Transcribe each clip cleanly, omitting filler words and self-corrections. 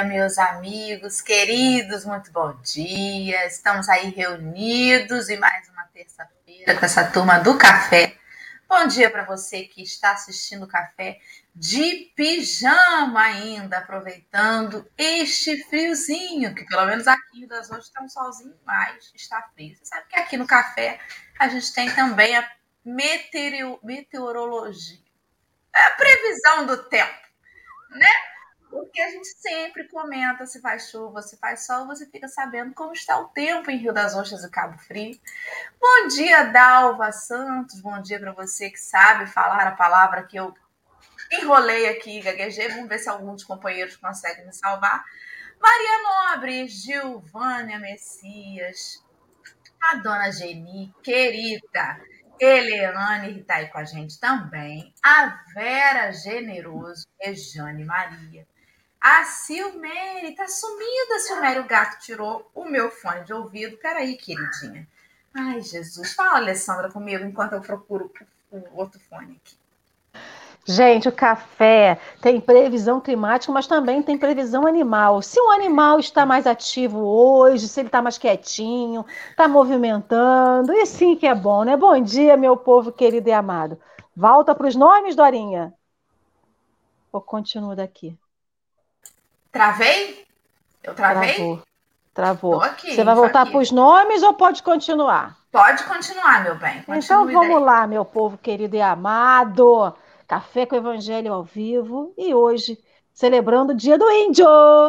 meus amigos queridos, muito bom dia. Estamos aí reunidos em mais uma terça-feira com essa turma do café. Bom dia para você que está assistindo o café de pijama ainda, aproveitando este friozinho, que pelo menos aqui em das hoje está um solzinho, mas está frio. Você sabe que aqui no café a gente tem também a meteorologia, a previsão do tempo, né? Porque a gente sempre comenta se faz chuva, se faz sol, você fica sabendo como está o tempo em Rio das Ostras e Cabo Frio. Bom dia, Dalva Santos, bom dia para você que sabe falar a palavra que eu enrolei aqui, gaguejei, vamos ver se algum dos companheiros consegue me salvar. Maria Nobre, Gilvânia Messias, a dona Geni, querida, Eliane, que está aí com a gente também, a Vera Generoso, Rejane Maria, a Silmere, tá sumida, Silmere. O gato tirou o meu fone de ouvido. Peraí, queridinha. Ai, Jesus. Fala, Alessandra, comigo enquanto eu procuro o outro fone aqui. Gente, o café tem previsão climática, mas também tem previsão animal. Se um animal está mais ativo hoje, se ele está mais quietinho, está movimentando, e sim que é bom, né? Bom dia, meu povo querido e amado. Volta para os nomes, Dorinha? Ou continuo daqui? Travei? Eu travei? Tô Travou. Você aqui, vai tô voltar para aqui. os nomes ou pode continuar? Pode continuar, meu bem. Então Continue vamos daí. lá, meu povo querido e amado. Café com Evangelho ao vivo e hoje celebrando o Dia do Índio.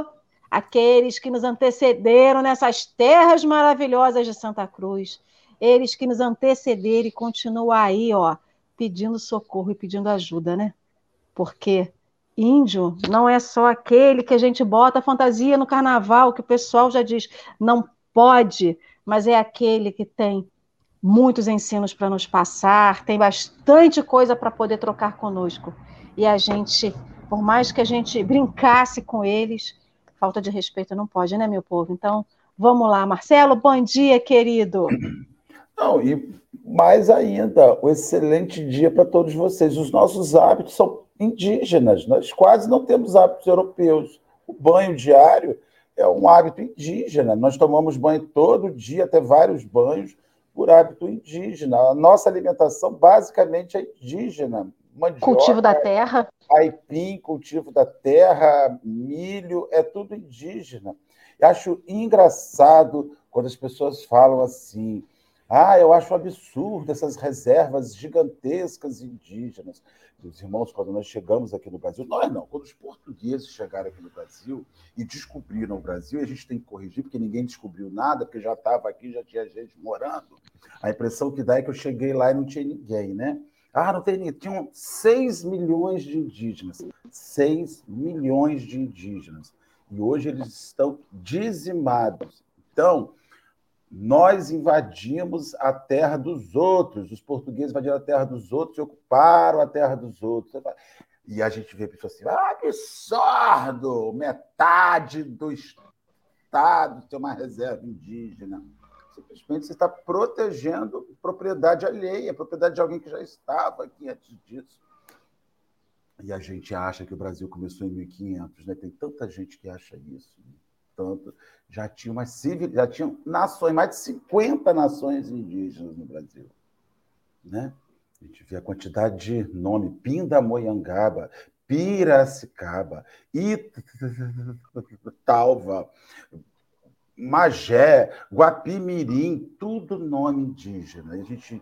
Aqueles que nos antecederam nessas terras maravilhosas de Santa Cruz. Eles que nos antecederam e continuam aí, ó, pedindo socorro e pedindo ajuda, né? Porque índio não é só aquele que a gente bota fantasia no carnaval, que o pessoal já diz não pode, mas é aquele que tem muitos ensinos para nos passar, tem bastante coisa para poder trocar conosco. E a gente, por mais que a gente brincasse com eles, falta de respeito não pode, né, meu povo? Então, vamos lá. Marcelo, bom dia, querido. Não, e mais ainda, um excelente dia para todos vocês. Os nossos hábitos são indígenas, nós quase não temos hábitos europeus. O banho diário é um hábito indígena. Nós tomamos banho todo dia, até vários banhos, por hábito indígena. A nossa alimentação basicamente é indígena. Cultivo da Mandioca, terra. aipim, cultivo da terra, milho, é tudo indígena. Eu acho engraçado quando as pessoas falam assim: ah, eu acho absurdo essas reservas gigantescas indígenas. Meus irmãos, quando nós chegamos aqui no Brasil, nós não, quando os portugueses chegaram aqui no Brasil e descobriram o Brasil, e a gente tem que corrigir, porque ninguém descobriu nada, porque já estava aqui, já tinha gente morando. A impressão que dá é que eu cheguei lá e não tinha ninguém, né? Ah, não tem ninguém. Tinham 6 milhões de indígenas. 6 milhões de indígenas. E hoje eles estão dizimados. Então, nós invadimos a terra dos outros, os portugueses invadiram a terra dos outros e ocuparam a terra dos outros. E a gente vê pessoas assim: ah, absurdo! Metade do Estado tem uma reserva indígena. Simplesmente você está protegendo propriedade alheia, propriedade de alguém que já estava aqui antes disso. E a gente acha que o Brasil começou em 1500, né? Tem tanta gente que acha isso. Tanto, já tinha nações, mais de 50 nações indígenas no Brasil, né? A gente vê a quantidade de nome: Pindamonhangaba, Piracicaba, Italva, Magé, Guapimirim, tudo nome indígena. E a gente,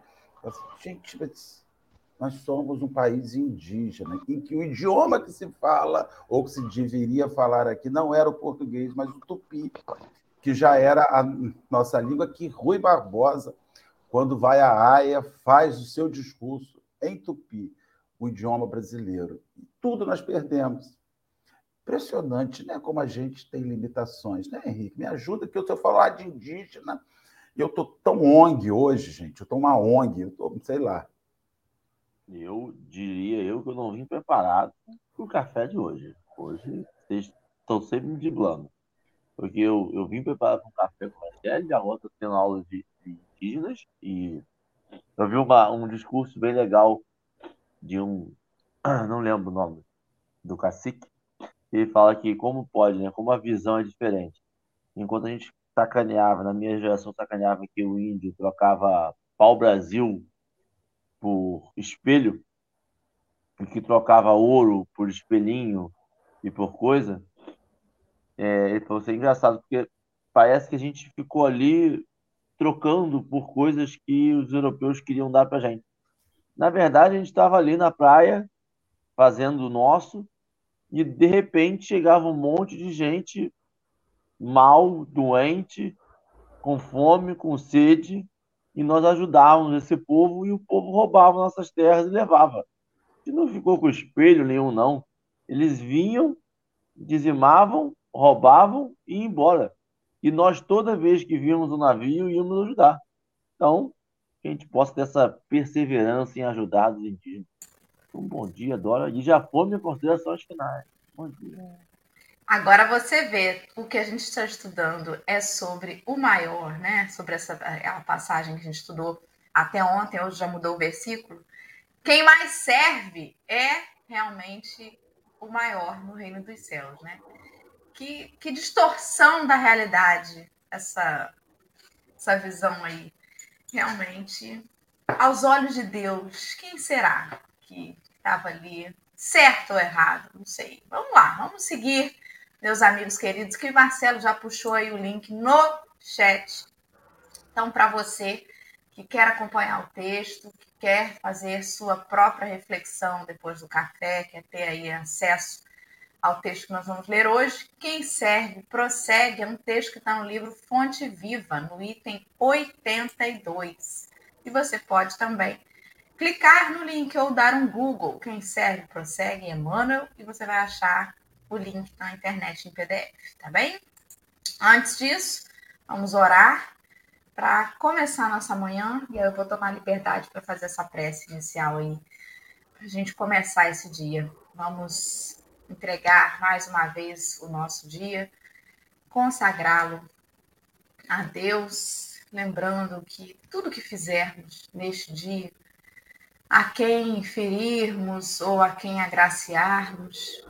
nós somos um país indígena, em que o idioma que se fala, ou que se deveria falar aqui, não era o português, mas o tupi, que já era a nossa língua, que Rui Barbosa, quando vai à Haia, faz o seu discurso em tupi, o idioma brasileiro. E tudo nós perdemos. Impressionante, né? Como a gente tem limitações, né, Henrique? Me ajuda, que eu estou falando de indígena e eu estou tão ONG hoje, gente. Eu estou uma ONG, eu estou, sei lá. Eu diria que eu não vim preparado para o café de hoje. Hoje vocês estão sempre me driblando. Porque eu vim preparado para um café com a Michelle, a outra tendo aula de indígenas, e eu vi um discurso bem legal de um, não lembro o nome, do cacique, ele fala que como pode, né? Como a visão é diferente. Enquanto a gente sacaneava, na minha geração sacaneava que o índio trocava pau-brasil por espelho, e que trocava ouro por espelhinho e por coisa, ele falou assim, é engraçado, porque parece que a gente ficou ali trocando por coisas que os europeus queriam dar pra gente. Na verdade, a gente estava ali na praia, fazendo o nosso, e de repente chegava um monte de gente mal, doente, com fome, com sede, e nós ajudávamos esse povo, e o povo roubava nossas terras e levava. E não ficou com espelho nenhum, não. Eles vinham, dizimavam, roubavam e iam embora. E nós, toda vez que víamos o navio, íamos ajudar. Então, que a gente possa ter essa perseverança em ajudar os indígenas. Um bom dia, Dora. E já foi minha considerações finais. Bom dia. Agora você vê, o que a gente está estudando é sobre o maior, né? Sobre a passagem que a gente estudou até ontem, hoje já mudou o versículo. Quem mais serve é realmente o maior no reino dos céus, né? Que distorção da realidade essa visão aí. Realmente, aos olhos de Deus, quem será que estava ali, certo ou errado? Não sei. Vamos lá, vamos seguir, meus amigos queridos, que o Marcelo já puxou aí o link no chat. Então, para você que quer acompanhar o texto, que quer fazer sua própria reflexão depois do café, quer ter aí acesso ao texto que nós vamos ler hoje, quem serve, prossegue, é um texto que está no livro Fonte Viva, no item 82. E você pode também clicar no link ou dar um Google, quem serve, prossegue, Emmanuel, e você vai achar o link na internet em PDF, tá bem? Antes disso, vamos orar para começar a nossa manhã, e aí eu vou tomar liberdade para fazer essa prece inicial aí, para a gente começar esse dia. Vamos entregar mais uma vez o nosso dia, consagrá-lo a Deus, lembrando que tudo que fizermos neste dia, a quem ferirmos ou a quem agraciarmos,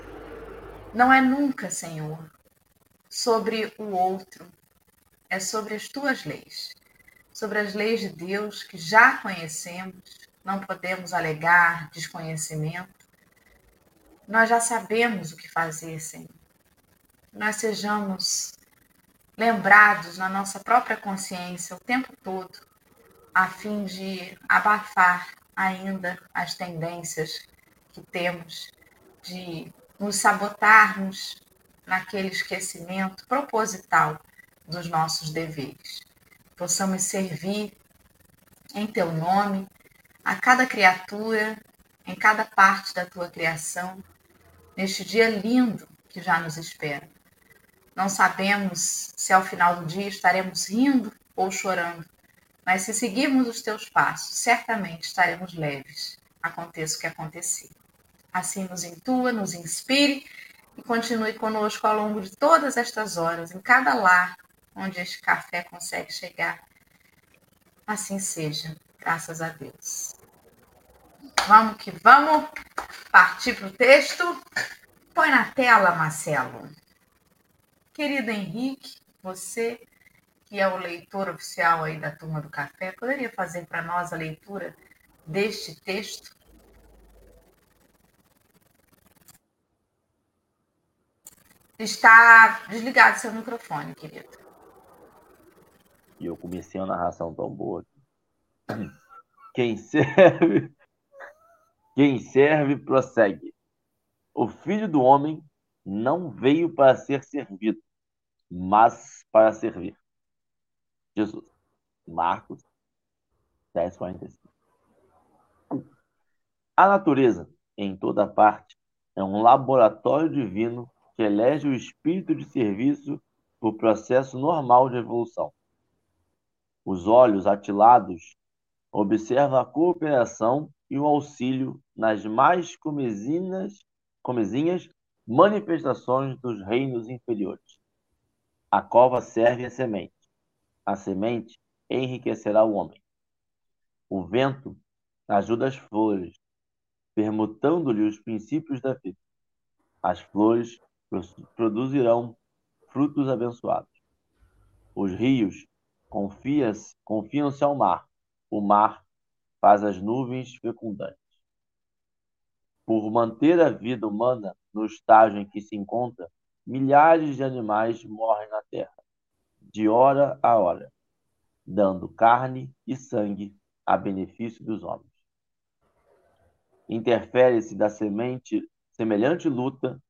não é nunca, Senhor, sobre o outro, é sobre as tuas leis, sobre as leis de Deus que já conhecemos, não podemos alegar desconhecimento. Nós já sabemos o que fazer, Senhor. Nós sejamos lembrados na nossa própria consciência o tempo todo, a fim de abafar ainda as tendências que temos de nos sabotarmos naquele esquecimento proposital dos nossos deveres. Possamos servir em teu nome a cada criatura, em cada parte da tua criação, neste dia lindo que já nos espera. Não sabemos se ao final do dia estaremos rindo ou chorando, mas se seguirmos os teus passos, certamente estaremos leves, aconteça o que acontecer. Assim nos intua, nos inspire e continue conosco ao longo de todas estas horas, em cada lar onde este café consegue chegar. Assim seja, graças a Deus. Vamos que vamos partir para o texto. Põe na tela, Marcelo. Querido Henrique, você que é o leitor oficial aí da Turma do Café, poderia fazer para nós a leitura deste texto? Está desligado seu microfone, querido. E eu comecei uma narração tão boa. Quem serve, quem serve, prossegue. O Filho do Homem não veio para ser servido, mas para servir. Jesus. Marcos 10:45. A natureza, em toda parte, é um laboratório divino que elege o espírito de serviço por processo normal de evolução. Os olhos atilados observam a cooperação e o auxílio nas mais comezinhas manifestações dos reinos inferiores. A cova serve a semente. A semente enriquecerá o homem. O vento ajuda as flores, permutando-lhe os princípios da vida. As flores produzirão frutos abençoados. Os rios confiam-se ao mar. O mar faz as nuvens fecundantes. Por manter a vida humana no estágio em que se encontra, milhares de animais morrem na Terra, de hora a hora, dando carne e sangue a benefício dos homens. Infere-se de semelhante luta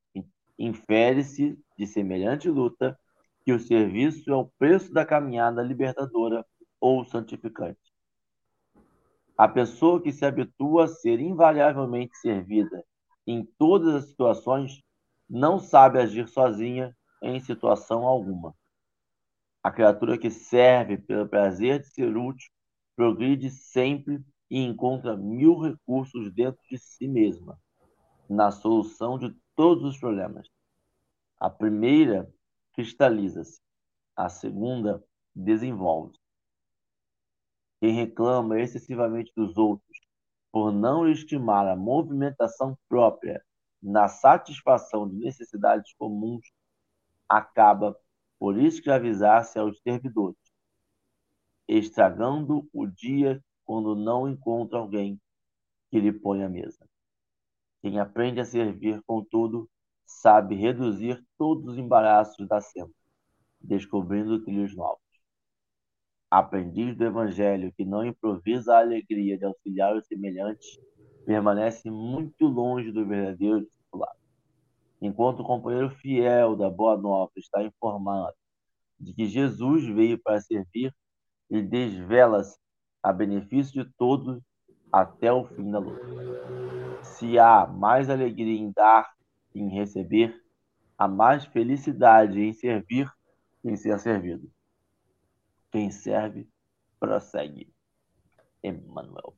que o serviço é o preço da caminhada libertadora ou santificante. A pessoa que se habitua a ser invariavelmente servida em todas as situações não sabe agir sozinha em situação alguma. A criatura que serve pelo prazer de ser útil progride sempre e encontra 1000 recursos dentro de si mesma, na solução de todos os problemas. A primeira cristaliza-se, a segunda desenvolve-se. Quem reclama excessivamente dos outros por não estimar a movimentação própria na satisfação de necessidades comuns, acaba por escravizar-se aos servidores, estragando o dia quando não encontra alguém que lhe põe à mesa. Quem aprende a servir, contudo, sabe reduzir todos os embaraços da cena, descobrindo trilhos novos. Aprendiz do Evangelho que não improvisa a alegria de auxiliar os semelhantes, permanece muito longe do verdadeiro discipulado. Enquanto o companheiro fiel da Boa Nova está informado de que Jesus veio para servir, ele desvela-se a benefício de todos até o fim da luta. Se há mais alegria em dar que em receber, há mais felicidade em servir que em ser servido. Quem serve, prossegue. Emmanuel.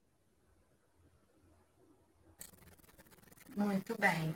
Muito bem.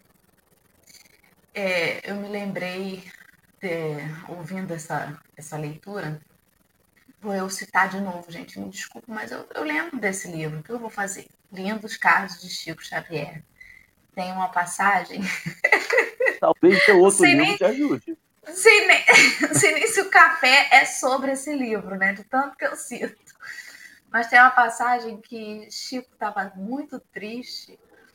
Eu me lembrei, ouvindo essa leitura, vou eu citar de novo, gente, me desculpe, mas eu lembro desse livro, o que eu vou fazer? Lindos Casos de Chico Xavier. Tem uma passagem... Talvez teu outro livro te ajude. Sei nem se o café é sobre esse livro, né? De tanto que eu cito. Mas tem uma passagem que Chico estava muito triste,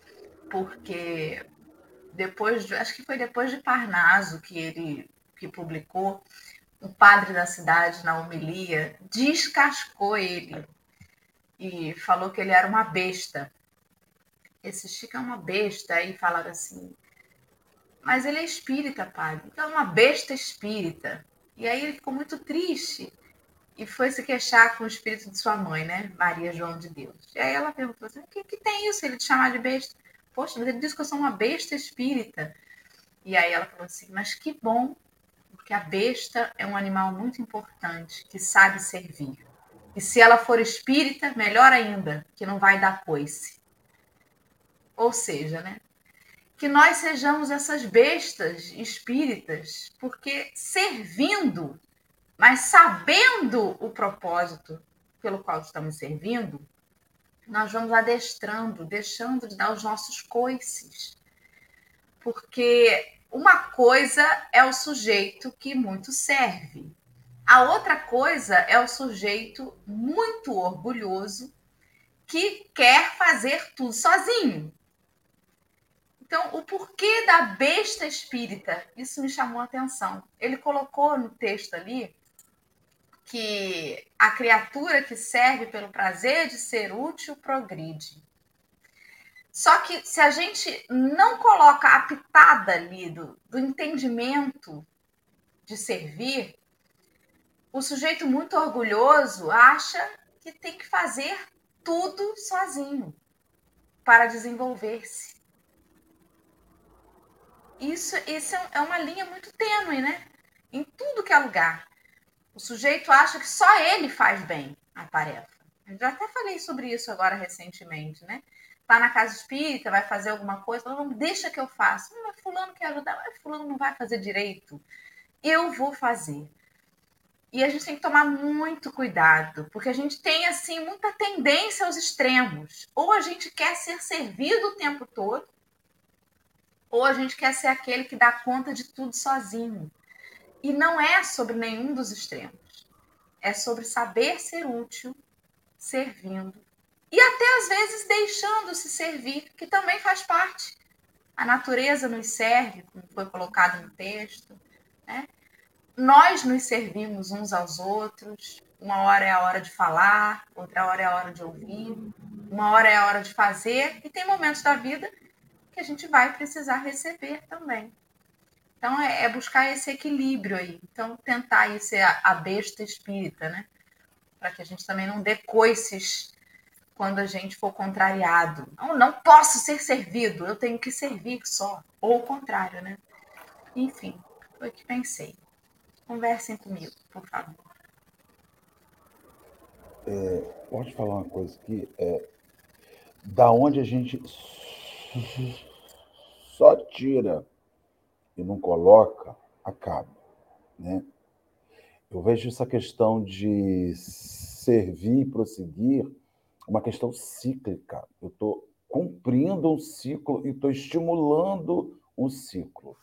porque acho que foi depois de Parnaso que publicou, o padre da cidade, na homilia, descascou ele e falou que ele era uma besta. Esse Chico é uma besta. Aí falaram assim, mas ele é espírita, padre. Então é uma besta espírita. E aí ele ficou muito triste e foi se queixar com o espírito de sua mãe, né? Maria João de Deus. E aí ela perguntou assim, o que tem isso? Ele te chamar de besta? Poxa, mas ele disse que eu sou uma besta espírita. E aí ela falou assim, mas que bom, porque a besta é um animal muito importante, que sabe servir. E se ela for espírita, melhor ainda, que não vai dar coice. Ou seja, né? Que nós sejamos essas bestas espíritas, porque servindo, mas sabendo o propósito pelo qual estamos servindo, nós vamos adestrando, deixando de dar os nossos coices. Porque uma coisa é o sujeito que muito serve. A outra coisa é o sujeito muito orgulhoso que quer fazer tudo sozinho. Então, o porquê da besta espírita, isso me chamou a atenção. Ele colocou no texto ali que a criatura que serve pelo prazer de ser útil progride. Só que se a gente não coloca a pitada ali do entendimento de servir, o sujeito muito orgulhoso acha que tem que fazer tudo sozinho para desenvolver-se. Isso é uma linha muito tênue, né? Em tudo que é lugar. O sujeito acha que só ele faz bem a tarefa. Eu já até falei sobre isso agora recentemente, né? Tá na casa espírita, vai fazer alguma coisa, não, deixa que eu faço. Mas fulano quer ajudar, mas fulano não vai fazer direito. Eu vou fazer. E a gente tem que tomar muito cuidado, porque a gente tem, assim, muita tendência aos extremos. Ou a gente quer ser servido o tempo todo, ou a gente quer ser aquele que dá conta de tudo sozinho. E não é sobre nenhum dos extremos. É sobre saber ser útil, servindo, e até às vezes deixando-se servir, que também faz parte. A natureza nos serve, como foi colocado no texto, né? Nós nos servimos uns aos outros. Uma hora é a hora de falar, outra hora é a hora de ouvir, uma hora é a hora de fazer, e tem momentos da vida que a gente vai precisar receber também. Então, é buscar esse equilíbrio aí. Então, tentar aí ser a besta espírita, né? Para que a gente também não dê coices quando a gente for contrariado. Não posso ser servido, eu tenho que servir só. Ou o contrário, né? Enfim, foi o que pensei. Conversem comigo, por favor. Posso te falar uma coisa aqui? Da onde a gente só tira e não coloca, acaba, né? Eu vejo essa questão de servir e prosseguir uma questão cíclica. Eu estou cumprindo um ciclo e estou estimulando um ciclo.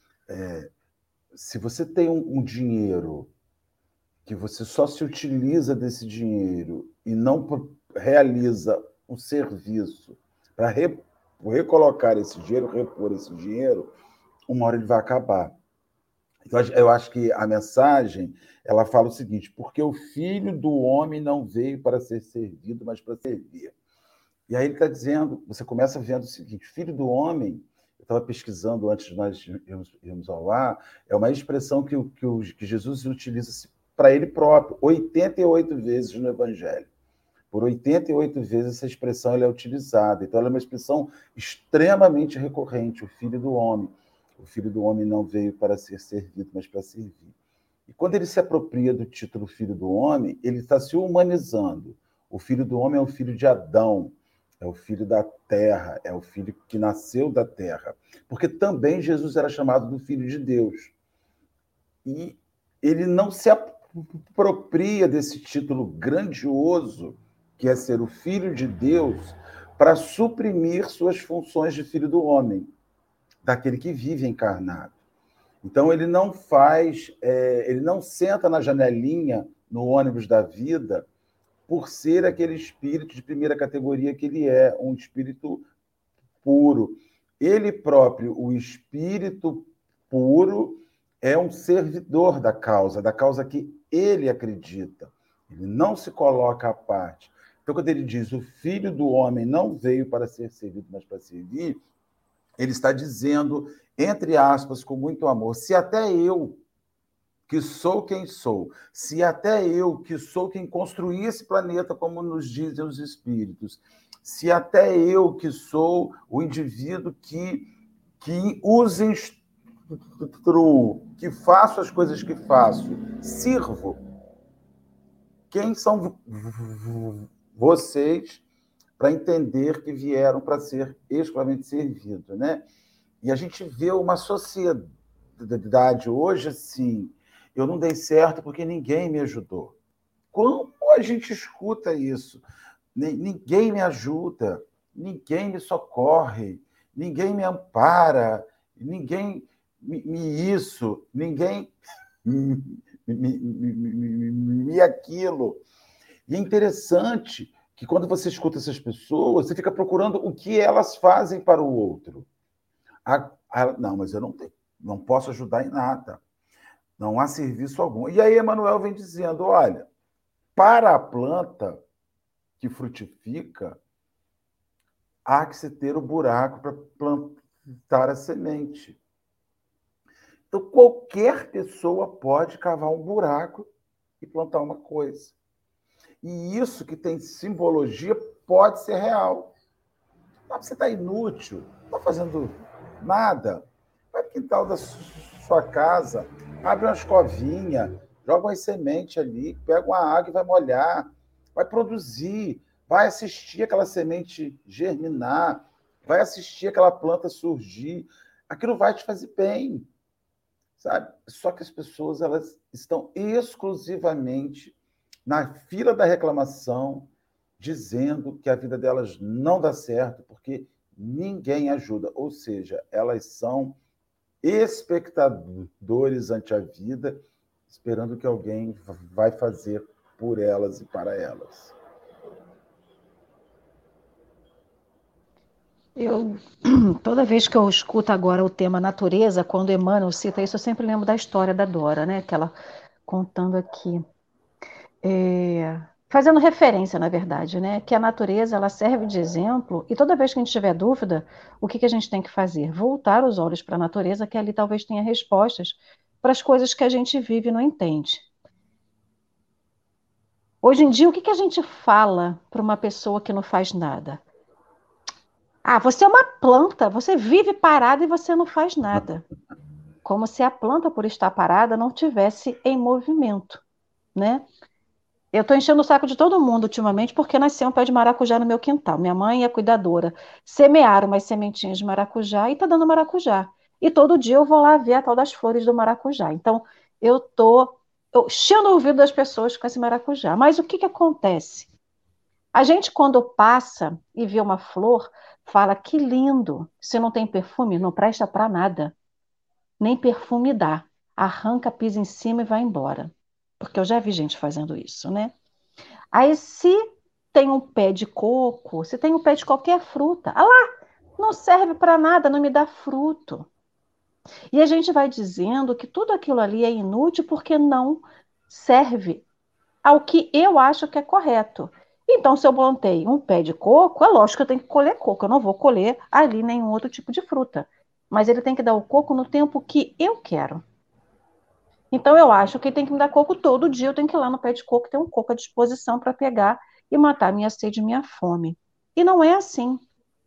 Se você tem um dinheiro que você só se utiliza desse dinheiro e não realiza um serviço para recolocar esse dinheiro, repor esse dinheiro, uma hora ele vai acabar. Eu acho que a mensagem ela fala o seguinte: porque o Filho do Homem não veio para ser servido, mas para servir. E aí ele está dizendo, você começa vendo o seguinte: Filho do Homem, eu estava pesquisando antes de nós irmos ao ar, é uma expressão que Jesus utiliza para ele próprio, 88 vezes no Evangelho. Por 88 vezes essa expressão ela é utilizada. Então ela é uma expressão extremamente recorrente, o Filho do Homem. O Filho do Homem não veio para ser servido, mas para servir. E quando ele se apropria do título Filho do Homem, ele está se humanizando. O Filho do Homem é o filho de Adão, é o filho da terra, é o filho que nasceu da terra. Porque também Jesus era chamado do Filho de Deus. E ele não se apropria desse título grandioso, que é ser o Filho de Deus, para suprimir suas funções de Filho do Homem, daquele que vive encarnado. Então ele não ele não senta na janelinha no ônibus da vida por ser aquele espírito de primeira categoria que ele é, um espírito puro. Ele próprio, o espírito puro, é um servidor da causa que ele acredita. Ele não se coloca à parte. Então, quando ele diz o Filho do Homem não veio para ser servido, mas para servir, ele está dizendo, entre aspas, com muito amor, se até eu, que sou quem sou, se até eu, que sou quem construí esse planeta, como nos dizem os espíritos, se até eu, que sou o indivíduo que os instruo, que faço as coisas que faço, sirvo, quem são vocês para entender que vieram para ser exclusivamente servidos, né? E a gente vê uma sociedade hoje assim, eu não dei certo porque ninguém me ajudou. Como a gente escuta isso? Ninguém me ajuda, ninguém me socorre, ninguém me ampara, ninguém ninguém me aquilo. E é interessante que quando você escuta essas pessoas, você fica procurando o que elas fazem para o outro. Não, mas eu não posso ajudar em nada. Não há serviço algum. E aí Emmanuel vem dizendo, olha, para a planta que frutifica, há que se ter o buraco para plantar a semente. Então, qualquer pessoa pode cavar um buraco e plantar uma coisa. E isso que tem simbologia pode ser real. Você está inútil, não está fazendo nada. Vai para o quintal da sua casa, abre uma escovinha, joga umas sementes ali, pega uma água e vai molhar, vai produzir, vai assistir aquela semente germinar, vai assistir aquela planta surgir. Aquilo vai te fazer bem, sabe? Só que as pessoas elas estão exclusivamente na fila da reclamação, dizendo que a vida delas não dá certo, porque ninguém ajuda. Ou seja, elas são espectadores ante a vida, esperando que alguém vai fazer por elas e para elas. Toda vez que eu escuto agora o tema natureza, quando Emmanuel cita isso, eu sempre lembro da história da Dora, né? Que ela contando aqui. Fazendo referência, na verdade, né? Que a natureza ela serve de exemplo, e toda vez que a gente tiver dúvida, o que a gente tem que fazer? Voltar os olhos para a natureza, que ali talvez tenha respostas para as coisas que a gente vive e não entende. Hoje em dia, o que a gente fala para uma pessoa que não faz nada? Ah, você é uma planta, você vive parada e você não faz nada. Como se a planta, por estar parada, não tivesse em movimento, né? Eu estou enchendo o saco de todo mundo ultimamente porque nasceu um pé de maracujá no meu quintal. Minha mãe é cuidadora. Semearam umas sementinhas de maracujá e está dando maracujá. E todo dia eu vou lá ver a tal das flores do maracujá. Então, eu estou enchendo o ouvido das pessoas com esse maracujá. Mas o que acontece? A gente, quando passa e vê uma flor, fala que lindo. Se não tem perfume, não presta para nada. Nem perfume dá. Arranca, pisa em cima e vai embora. Porque eu já vi gente fazendo isso, né? Aí, se tem um pé de coco, se tem um pé de qualquer fruta, ah lá, não serve para nada, não me dá fruto. E a gente vai dizendo que tudo aquilo ali é inútil porque não serve ao que eu acho que é correto. Então, se eu plantei um pé de coco, é lógico que eu tenho que colher coco, eu não vou colher ali nenhum outro tipo de fruta. Mas ele tem que dar o coco no tempo que eu quero. Então, eu acho que tem que me dar coco todo dia, eu tenho que ir lá no pé de coco, ter um coco à disposição para pegar e matar minha sede e minha fome. E não é assim.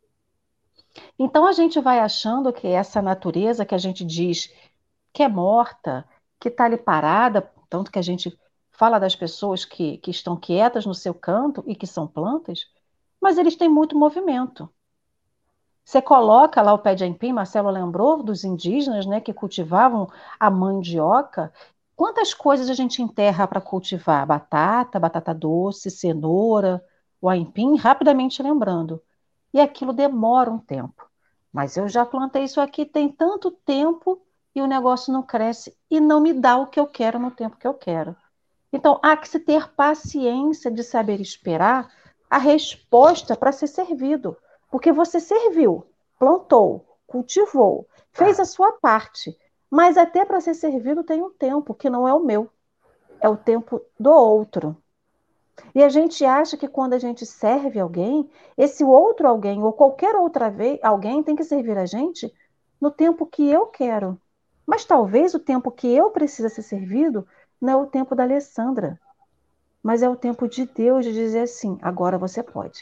Então, a gente vai achando que essa natureza que a gente diz que é morta, que está ali parada, tanto que a gente fala das pessoas que estão quietas no seu canto e que são plantas, mas eles têm muito movimento. Você coloca lá o pé de aipim, Marcelo lembrou dos indígenas, né, que cultivavam a mandioca. Quantas coisas a gente enterra para cultivar? Batata, batata doce, cenoura, o aipim, rapidamente lembrando. E aquilo demora um tempo. Mas eu já plantei isso aqui tem tanto tempo e o negócio não cresce e não me dá o que eu quero no tempo que eu quero. Então, há que se ter paciência de saber esperar a resposta para ser servido. Porque você serviu, plantou, cultivou, fez a sua parte. Mas até para ser servido tem um tempo que não é o meu, é o tempo do outro. E a gente acha que quando a gente serve alguém, esse outro alguém ou qualquer outra vez, alguém tem que servir a gente no tempo que eu quero. Mas talvez o tempo que eu preciso ser servido não é o tempo da Alessandra, mas é o tempo de Deus de dizer assim, agora você pode.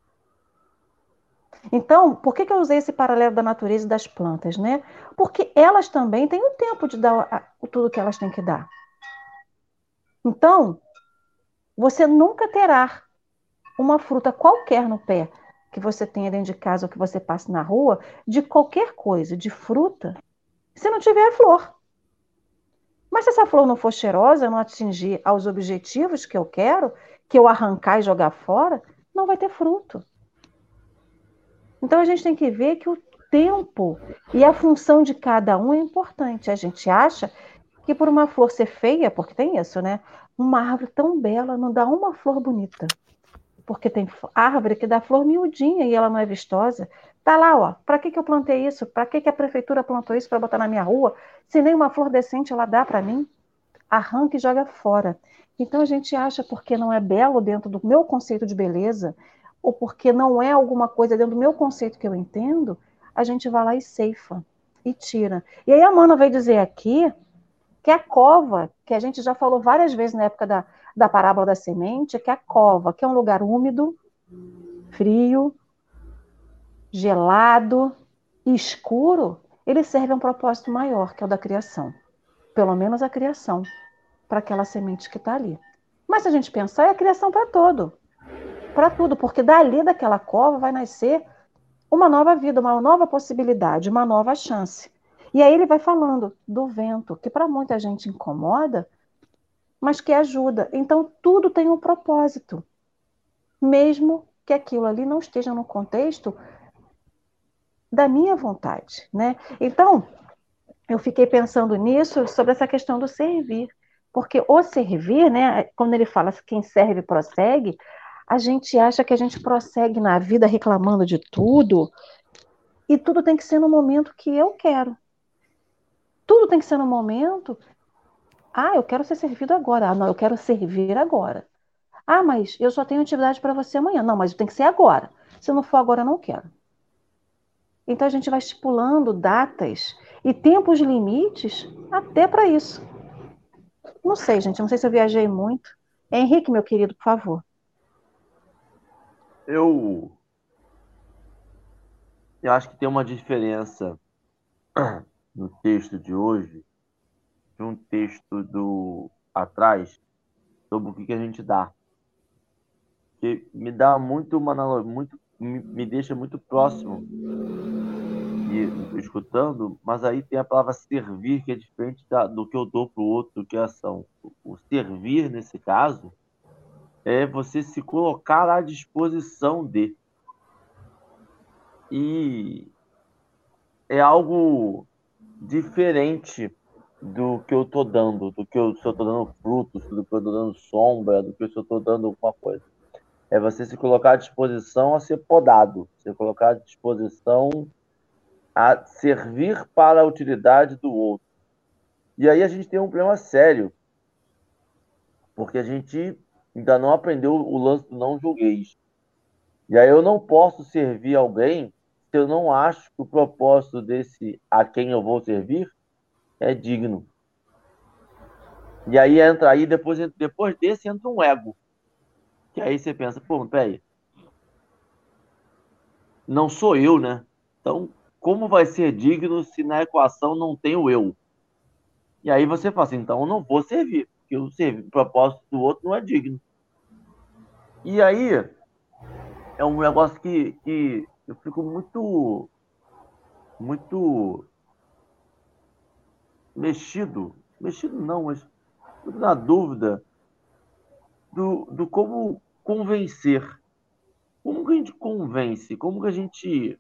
Então, por que eu usei esse paralelo da natureza e das plantas, né? Porque elas também têm o tempo de dar tudo que elas têm que dar. Então, você nunca terá uma fruta qualquer no pé que você tenha dentro de casa ou que você passe na rua, de qualquer coisa, de fruta, se não tiver flor. Mas se essa flor não for cheirosa, não atingir aos objetivos que eu quero, que eu arrancar e jogar fora, não vai ter fruto. Então a gente tem que ver que o tempo e a função de cada um é importante. A gente acha que por uma flor ser feia, porque tem isso, né? Uma árvore tão bela não dá uma flor bonita. Porque tem árvore que dá flor miudinha e ela não é vistosa. Tá lá, ó. Para que eu plantei isso? Para que a prefeitura plantou isso para botar na minha rua? Se nem uma flor decente ela dá para mim, arranca e joga fora. Então a gente acha porque não é belo dentro do meu conceito de beleza, ou porque não é alguma coisa dentro do meu conceito que eu entendo, a gente vai lá e ceifa e tira. E aí a Mana veio dizer aqui que a cova, que a gente já falou várias vezes na época da parábola da semente, que a cova, que é um lugar úmido, frio, gelado e escuro, ele serve a um propósito maior, que é o da criação. Pelo menos a criação, para aquela semente que está ali. Mas se a gente pensar, é a criação para tudo, porque dali daquela cova vai nascer uma nova vida, uma nova possibilidade, uma nova chance. E aí ele vai falando do vento, que para muita gente incomoda, mas que ajuda. Então tudo tem um propósito, mesmo que aquilo ali não esteja no contexto da minha vontade, né? Então, eu fiquei pensando nisso, sobre essa questão do servir. Porque o servir, né, quando ele fala quem serve prossegue, a gente acha que a gente prossegue na vida reclamando de tudo, e tudo tem que ser no momento que eu quero. Tudo tem que ser no momento. Ah, eu quero ser servido agora. Ah, não, eu quero servir agora. Ah, mas eu só tenho atividade para você amanhã. Não, mas tem que ser agora. Se não for agora, eu não quero. Então a gente vai estipulando datas e tempos limites até para isso. Não sei, gente, não sei se eu viajei muito. Henrique, meu querido, por favor. Eu acho que tem uma diferença no texto de hoje de um texto do atrás sobre o que a gente dá. Que me dá muito uma analogia, me deixa muito próximo e escutando, mas aí tem a palavra servir, que é diferente do que eu dou para o outro, que é ação. O servir, nesse caso, é você se colocar à disposição de. E é algo diferente do que eu estou dando, do que se eu estou dando frutos, do que eu estou dando sombra, do que se eu estou dando alguma coisa. É você se colocar à disposição a ser podado, se colocar à disposição a servir para a utilidade do outro. E aí a gente tem um problema sério, porque a gente ainda não aprendeu o lance do não julgueis. E aí eu não posso servir alguém se eu não acho que o propósito desse a quem eu vou servir é digno. E aí depois desse entra um ego. Que aí você pensa, pô, peraí, não sou eu, né? Então, como vai ser digno se na equação não tem o eu? E aí você fala assim, então eu não vou servir, porque o propósito do outro não é digno. E aí é um negócio que eu fico muito, muito mexido não, mas muito na dúvida do como convencer. Como que a gente convence? Como que a gente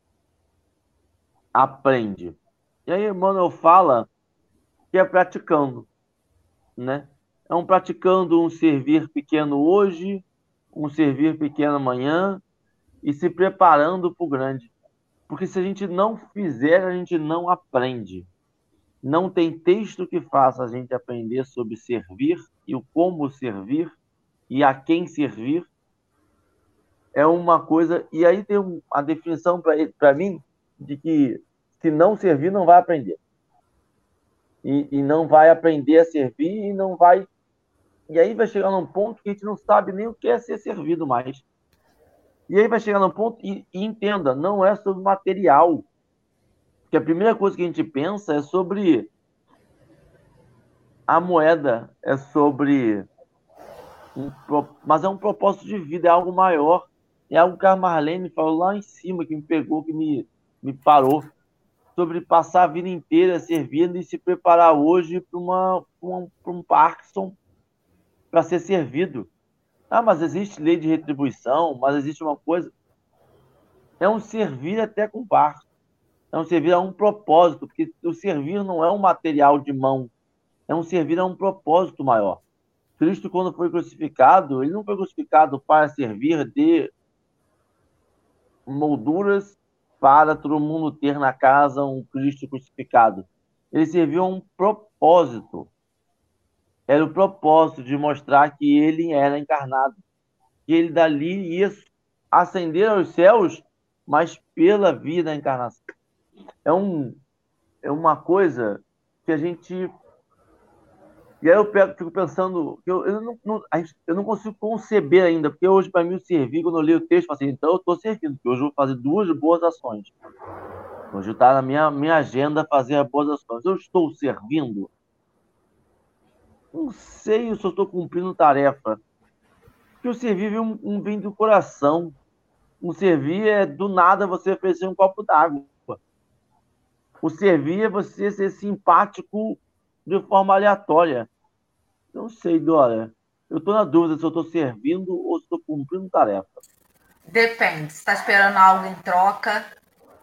aprende? E aí Emmanuel fala que é praticando, né? É um praticando um servir pequeno hoje, um servir pequeno amanhã e se preparando para o grande. Porque se a gente não fizer, a gente não aprende. Não tem texto que faça a gente aprender sobre servir e o como servir e a quem servir. É uma coisa. E aí tem a definição para mim de que se não servir, não vai aprender. E não vai aprender a servir e não vai. E aí vai chegar num ponto que a gente não sabe nem o que é ser servido mais. E aí vai chegar num ponto, e entenda, não é sobre material. Porque a primeira coisa que a gente pensa é sobre a moeda, é sobre. Mas é um propósito de vida, é algo maior. É algo que a Marlene falou lá em cima, que me pegou, que me parou. Sobre passar a vida inteira servindo e se preparar hoje para um Parkinson para ser servido. Ah, mas existe lei de retribuição, mas existe uma coisa. É um servir até com parto. É um servir a um propósito, porque o servir não é um material de mão, é um servir a um propósito maior. Cristo, quando foi crucificado, ele não foi crucificado para servir de molduras para todo mundo ter na casa um Cristo crucificado. Ele serviu a um propósito. Era o propósito de mostrar que ele era encarnado, que ele dali ia ascender aos céus, mas pela vida da encarnação. É uma coisa que a gente. E aí fico pensando, eu não consigo conceber ainda, porque hoje, para mim, o servir, quando eu leio o texto, eu falo assim, então eu estou servindo, porque hoje eu vou fazer 2 boas ações. Hoje está na minha agenda fazer as boas ações. Eu estou servindo? Não sei se eu estou cumprindo tarefa. Porque o servir vem do coração. O servir é do nada você oferecer um copo d'água. O servir é você ser simpático de forma aleatória. Não sei, Dora. Eu estou na dúvida se eu estou servindo ou se estou cumprindo tarefa. Depende. Se está esperando algo em troca,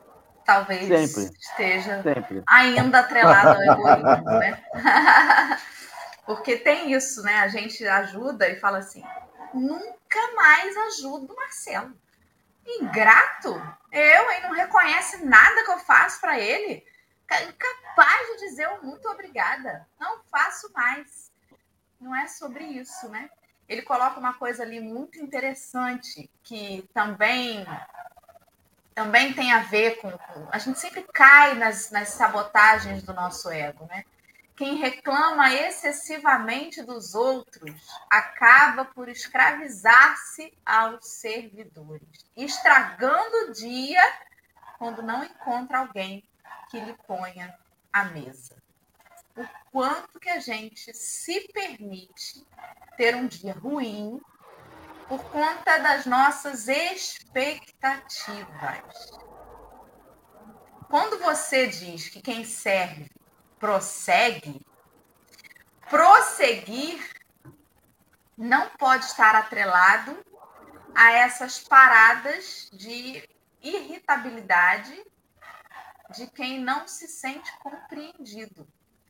talvez Sempre. esteja Sempre. ainda atrelado ao egoísmo, né? Porque tem isso, né? A gente ajuda e fala assim, nunca mais ajudo o Marcelo. Ingrato? Ele não reconhece nada que eu faço para ele? Incapaz de dizer um muito obrigada. Não faço mais. Não é sobre isso, né? Ele coloca uma coisa ali muito interessante, que também tem a ver com... A gente sempre cai nas sabotagens do nosso ego, né? Quem reclama excessivamente dos outros acaba por escravizar-se aos servidores, estragando o dia quando não encontra alguém que lhe ponha à mesa. O quanto que a gente se permite ter um dia ruim por conta das nossas expectativas. Quando você diz que quem serve prossegue, prosseguir não pode estar atrelado a essas paradas de irritabilidade de quem não se sente compreendido.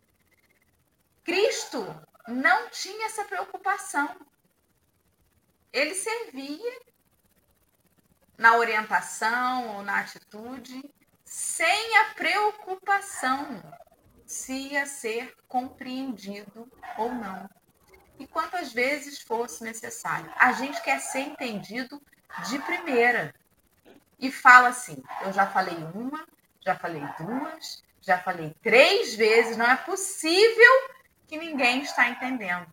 Cristo não tinha essa preocupação. Ele servia na orientação ou na atitude sem a preocupação se ia ser compreendido ou não. E quantas vezes fosse necessário. A gente quer ser entendido de primeira. E fala assim, eu já falei uma, já falei duas, já falei 3 vezes, não é possível que ninguém está entendendo.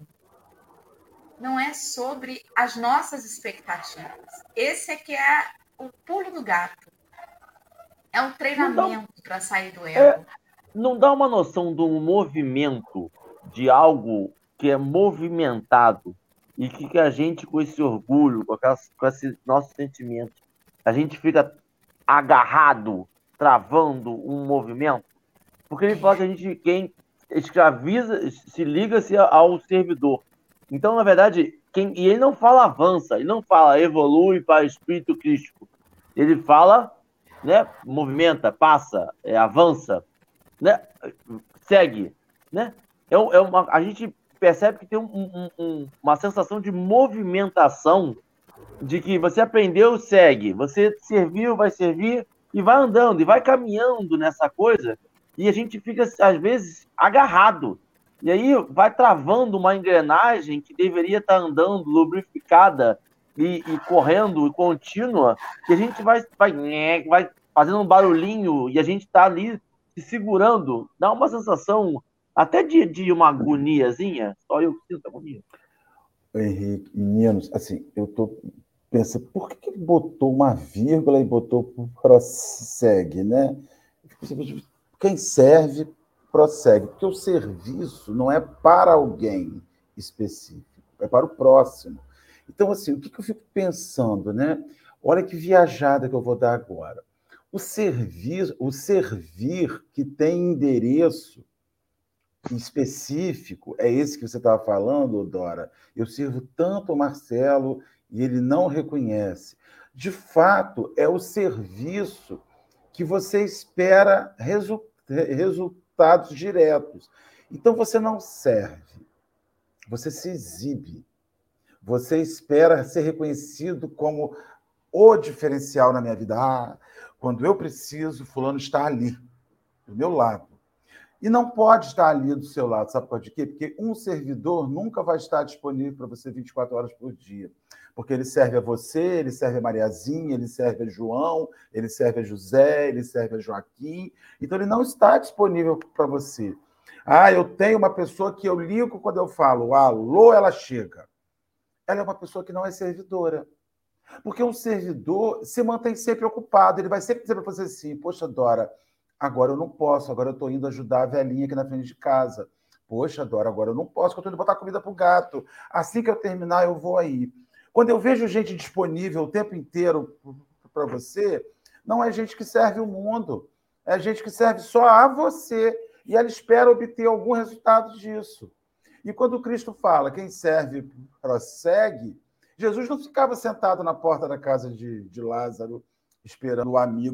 Não é sobre as nossas expectativas. Esse é que é o pulo do gato. É um treinamento para sair do ego. Não dá uma noção de um movimento, de algo que é movimentado e que a gente, com esse orgulho, com esse nosso sentimento, a gente fica agarrado, travando um movimento? Porque ele fala que a gente, quem escraviza, se liga-se ao servidor. Então, na verdade, e ele não fala avança, ele não fala evolui para espírito crístico. Ele fala, né, movimenta, passa, avança, né, segue, né? A gente percebe que tem uma sensação de movimentação, de que você aprendeu, segue, você serviu, vai servir, e vai andando, e vai caminhando nessa coisa, e a gente fica, às vezes, agarrado. E aí vai travando uma engrenagem que deveria estar andando, lubrificada, e correndo, e contínua, e a gente vai fazendo um barulhinho, e a gente está ali se segurando. Dá uma sensação até de uma agoniazinha. Só eu que sinto agonia. Henrique, meninos, assim, eu tô pensando, por que ele botou uma vírgula e botou prossegue, né? Quem serve, prossegue. Porque o serviço não é para alguém específico, é para o próximo. Então, assim, o que eu fico pensando, né? Olha que viajada que eu vou dar agora. O servir que tem endereço específico, é esse que você estava falando, Dora. Eu sirvo tanto o Marcelo e ele não reconhece. De fato, é o serviço que você espera resultados diretos. Então, você não serve, você se exibe. Você espera ser reconhecido como o diferencial na minha vida. Ah, quando eu preciso, fulano está ali, do meu lado. E não pode estar ali do seu lado, sabe por quê? Porque um servidor nunca vai estar disponível para você 24 horas por dia. Porque ele serve a você, ele serve a Mariazinha, ele serve a João, ele serve a José, ele serve a Joaquim. Então, ele não está disponível para você. Ah, eu tenho uma pessoa que eu ligo quando eu falo alô, ela chega. Ela é uma pessoa que não é servidora. Porque um servidor se mantém sempre ocupado, ele vai sempre dizer para você assim, poxa, Dora, agora eu não posso, agora eu estou indo ajudar a velhinha aqui na frente de casa. Poxa, Dora, agora eu não posso, porque eu estou indo botar comida para o gato. Assim que eu terminar, eu vou aí. Quando eu vejo gente disponível o tempo inteiro para você, não é gente que serve o mundo, é gente que serve só a você. E ela espera obter algum resultado disso. E quando Cristo fala, quem serve prossegue, Jesus não ficava sentado na porta da casa de Lázaro, esperando o amigo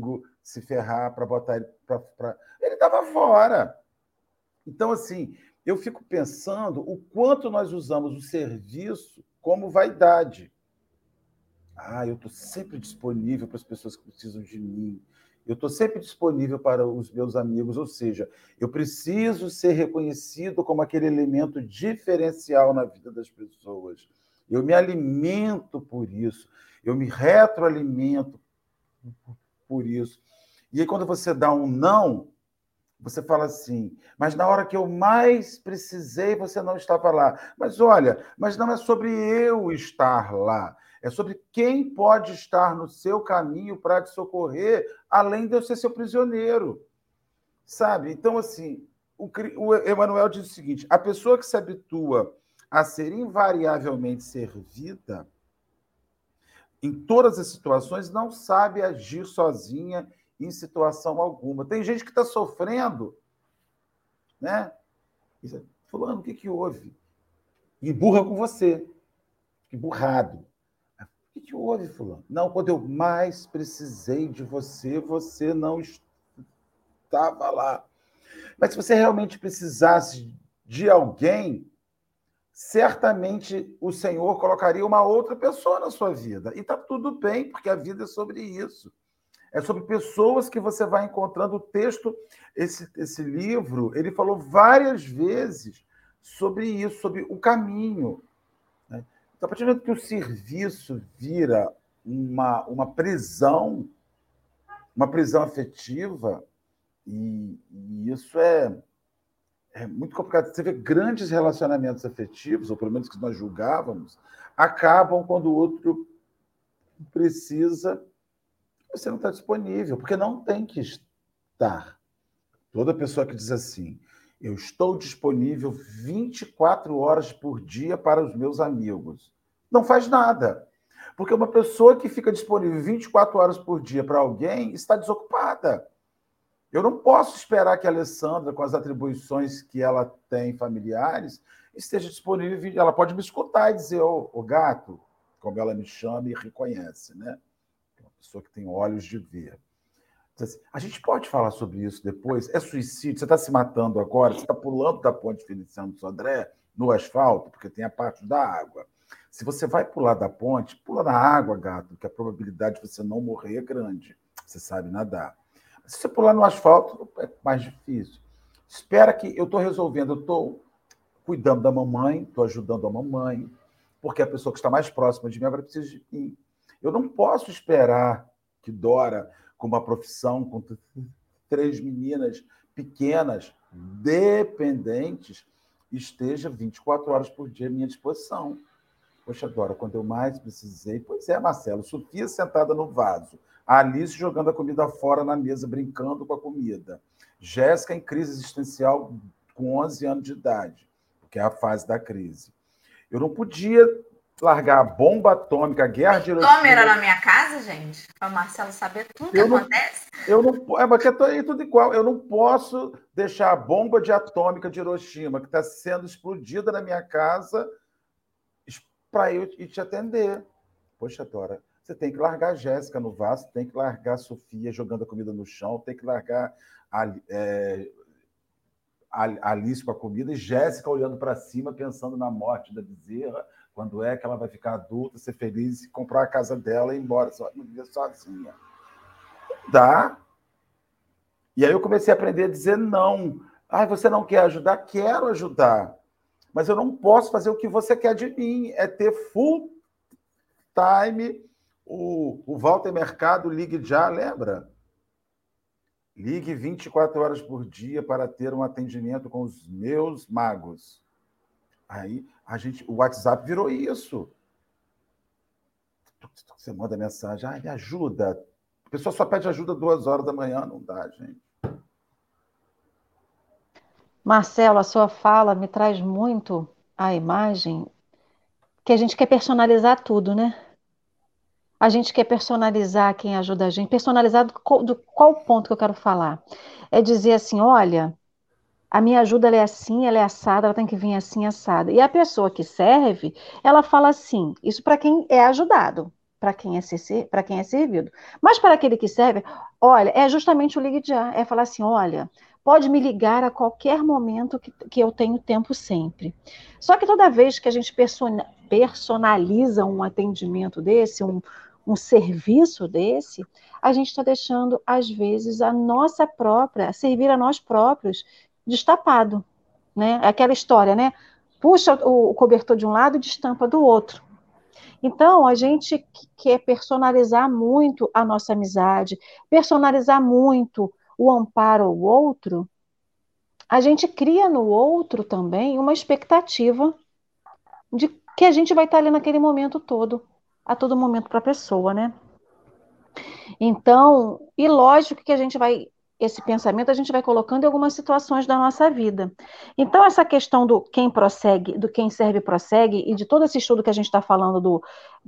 se ferrar para botar ele para. Ele estava fora. Então, assim, eu fico pensando o quanto nós usamos o serviço como vaidade. Eu estou sempre disponível para as pessoas que precisam de mim. Eu estou sempre disponível para os meus amigos, ou seja, eu preciso ser reconhecido como aquele elemento diferencial na vida das pessoas. Eu me alimento por isso, eu me retroalimento por isso. E aí, quando você dá um não, você fala assim, mas na hora que eu mais precisei, você não estava lá. Mas olha, mas não é sobre eu estar lá. É sobre quem pode estar no seu caminho para te socorrer, além de eu ser seu prisioneiro. Sabe? Então, assim, o Emmanuel diz o seguinte, a pessoa que se habitua a ser invariavelmente servida, em todas as situações, não sabe agir sozinha em situação alguma. Tem gente que está sofrendo, né? Fulano, o que houve? E burra com você. Que burrado. O que houve, fulano? Não, quando eu mais precisei de você, você não estava lá. Mas se você realmente precisasse de alguém, certamente o Senhor colocaria uma outra pessoa na sua vida. E está tudo bem, porque a vida é sobre isso. É sobre pessoas que você vai encontrando. O texto, esse livro, ele falou várias vezes sobre isso, sobre o caminho. Né? Então, a partir do momento que o serviço vira uma prisão afetiva, e isso é muito complicado. Você vê grandes relacionamentos afetivos, ou pelo menos que nós julgávamos, acabam quando o outro precisa. Você não está disponível, porque não tem que estar. Toda pessoa que diz assim, eu estou disponível 24 horas por dia para os meus amigos, não faz nada. Porque uma pessoa que fica disponível 24 horas por dia para alguém está desocupada. Eu não posso esperar que a Alessandra, com as atribuições que ela tem familiares, esteja disponível. Ela pode me escutar e dizer, ô gato, como ela me chama e reconhece, né? Uma pessoa que tem olhos de ver. Assim, a gente pode falar sobre isso depois? É suicídio? Você está se matando agora? Você está pulando da ponte Feliciano Sodré no asfalto, porque tem a parte da água. Se você vai pular da ponte, pula na água, gato, que a probabilidade de você não morrer é grande. Você sabe nadar. Se você pular no asfalto, é mais difícil. Espera que eu estou resolvendo, eu estou cuidando da mamãe, estou ajudando a mamãe, porque a pessoa que está mais próxima de mim agora precisa de mim. Eu não posso esperar que Dora, com uma profissão, com 3 meninas pequenas, dependentes, esteja 24 horas por dia à minha disposição. Poxa, Dora, quando eu mais precisei... Pois é, Marcelo, Sofia sentada no vaso, a Alice jogando a comida fora na mesa, brincando com a comida. Jéssica em crise existencial com 11 anos de idade, porque é a fase da crise. Eu não podia largar a bomba atômica, a guerra de Hiroshima... Toma era na minha casa, gente, para o Marcelo saber tudo que acontece. Porque é tudo igual. Eu não posso deixar a bomba atômica de Hiroshima, que está sendo explodida na minha casa, para eu ir te atender. Poxa, Dora, você tem que largar a Jéssica no vaso, tem que largar a Sofia jogando a comida no chão, tem que largar a Alice com a comida e Jéssica olhando para cima, pensando na morte da bezerra, quando é que ela vai ficar adulta, ser feliz e comprar a casa dela e ir embora, viver sozinha. Dá. E aí eu comecei a aprender a dizer não. Você não quer ajudar? Quero ajudar. Mas eu não posso fazer o que você quer de mim. É ter full time. O Walter Mercado, ligue já, lembra? Ligue 24 horas por dia para ter um atendimento com os meus magos. Aí o WhatsApp virou isso. Você manda mensagem, me ajuda. A pessoa só pede ajuda 2 horas da manhã, não dá, gente. Marcelo, a sua fala me traz muito a imagem que a gente quer personalizar tudo, né? A gente quer personalizar quem ajuda a gente. Personalizar do qual ponto que eu quero falar? É dizer assim, olha, a minha ajuda ela é assim, ela é assada, ela tem que vir assim, assada. E a pessoa que serve, ela fala assim, isso para quem é ajudado. para quem é servido. Mas para aquele que serve, olha, é justamente o ligue já, é falar assim, olha, pode me ligar a qualquer momento que eu tenho tempo sempre. Só que toda vez que a gente personaliza um atendimento desse, um serviço desse, a gente está deixando, às vezes, servir a nós próprios destapado, né? Aquela história, né? Puxa o cobertor de um lado e destampa do outro. Então, a gente quer personalizar muito a nossa amizade, personalizar muito o amparo ao outro, a gente cria no outro também uma expectativa de que a gente vai estar ali naquele momento todo, a todo momento para a pessoa, né? Então, e lógico que esse pensamento a gente vai colocando em algumas situações da nossa vida. Então, essa questão do quem prossegue, do quem serve prossegue, e de todo esse estudo que a gente está falando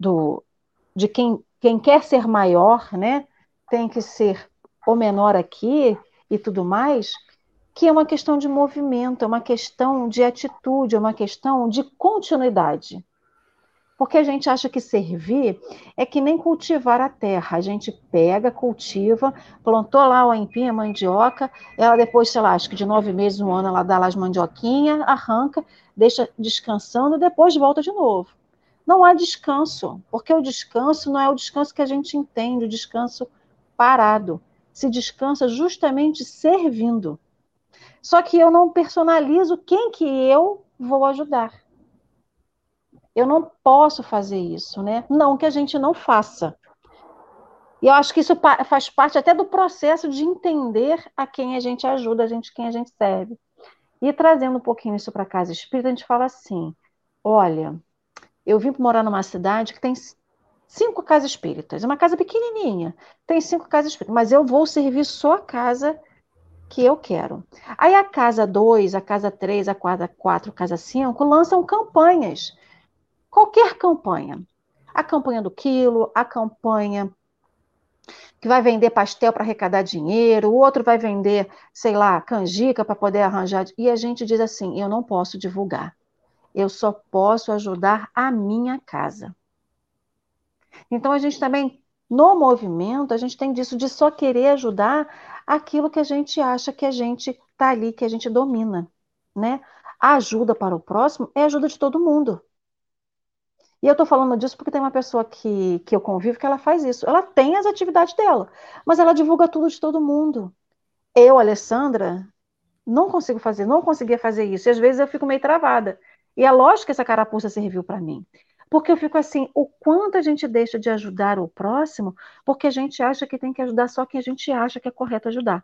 de quem quer ser maior, né, tem que ser o menor aqui e tudo mais, que é uma questão de movimento, é uma questão de atitude, é uma questão de continuidade. Porque a gente acha que servir é que nem cultivar a terra. A gente pega, cultiva, plantou lá o aipim, a mandioca, ela depois, sei lá, acho que de 9 meses, um ano, ela dá lá as mandioquinhas, arranca, deixa descansando, depois volta de novo. Não há descanso, porque o descanso não é o descanso que a gente entende, o descanso parado. Se descansa justamente servindo. Só que eu não personalizo quem que eu vou ajudar. Eu não posso fazer isso, né? Não que a gente não faça. E eu acho que isso faz parte até do processo de entender a quem a gente ajuda, quem a gente serve. E trazendo um pouquinho isso para a casa espírita, a gente fala assim: olha, eu vim morar numa cidade que tem 5 casas espíritas, é uma casa pequenininha, tem 5 casas espíritas, mas eu vou servir só a casa que eu quero. Aí a casa 2, a casa 3, a casa 4, a casa 5 lançam campanhas. Qualquer campanha. A campanha do quilo, a campanha que vai vender pastel para arrecadar dinheiro, o outro vai vender, sei lá, canjica para poder arranjar. E a gente diz assim: eu não posso divulgar. Eu só posso ajudar a minha casa. Então a gente também, no movimento, a gente tem disso de só querer ajudar aquilo que a gente acha que a gente está ali, que a gente domina, né? A ajuda para o próximo é ajuda de todo mundo. E eu estou falando disso porque tem uma pessoa que eu convivo que ela faz isso. Ela tem as atividades dela, mas ela divulga tudo de todo mundo. Eu, Alessandra, não consigo fazer, não conseguia fazer isso. E às vezes eu fico meio travada. E é lógico que essa carapuça serviu para mim. Porque eu fico assim, o quanto a gente deixa de ajudar o próximo, porque a gente acha que tem que ajudar só quem a gente acha que é correto ajudar.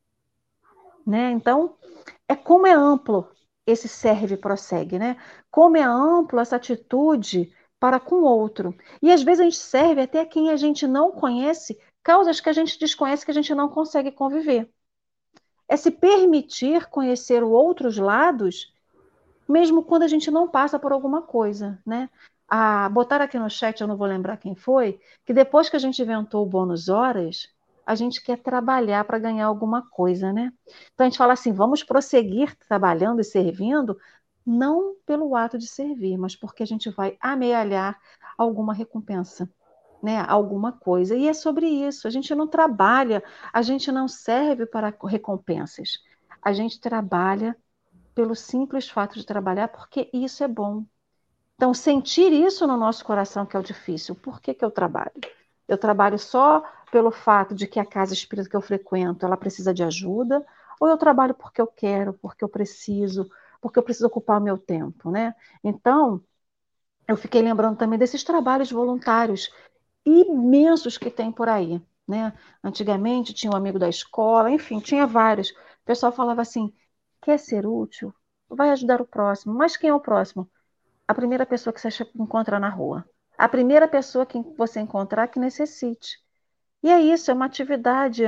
Né? Então, como é amplo esse serve e prossegue, né? Como é amplo essa atitude para com o outro. E às vezes a gente serve até a quem a gente não conhece, causas que a gente desconhece, que a gente não consegue conviver. É se permitir conhecer outros lados, mesmo quando a gente não passa por alguma coisa, né? Botaram aqui no chat, eu não vou lembrar quem foi, que depois que a gente inventou o bônus horas, a gente quer trabalhar para ganhar alguma coisa, né? Então a gente fala assim, vamos prosseguir trabalhando e servindo, não pelo ato de servir, mas porque a gente vai amealhar alguma recompensa, né? Alguma coisa. E é sobre isso, a gente não trabalha, a gente não serve para recompensas. A gente trabalha pelo simples fato de trabalhar, porque isso é bom. Então, sentir isso no nosso coração que é o difícil. Por que que eu trabalho? Eu trabalho só pelo fato de que a casa espírita que eu frequento, ela precisa de ajuda, ou eu trabalho porque eu quero, porque eu preciso ocupar o meu tempo, né? Então, eu fiquei lembrando também desses trabalhos voluntários imensos que tem por aí, né? Antigamente tinha um amigo da escola, enfim, tinha vários. O pessoal falava assim, quer ser útil? Vai ajudar o próximo. Mas quem é o próximo? A primeira pessoa que você encontrar na rua. A primeira pessoa que você encontrar que necessite. E é isso, é uma atividade,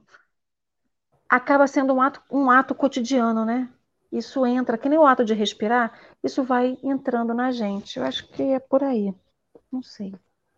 acaba sendo um ato cotidiano, né? Isso entra, que nem o ato de respirar, isso vai entrando na gente. Eu acho que é por aí. Não sei.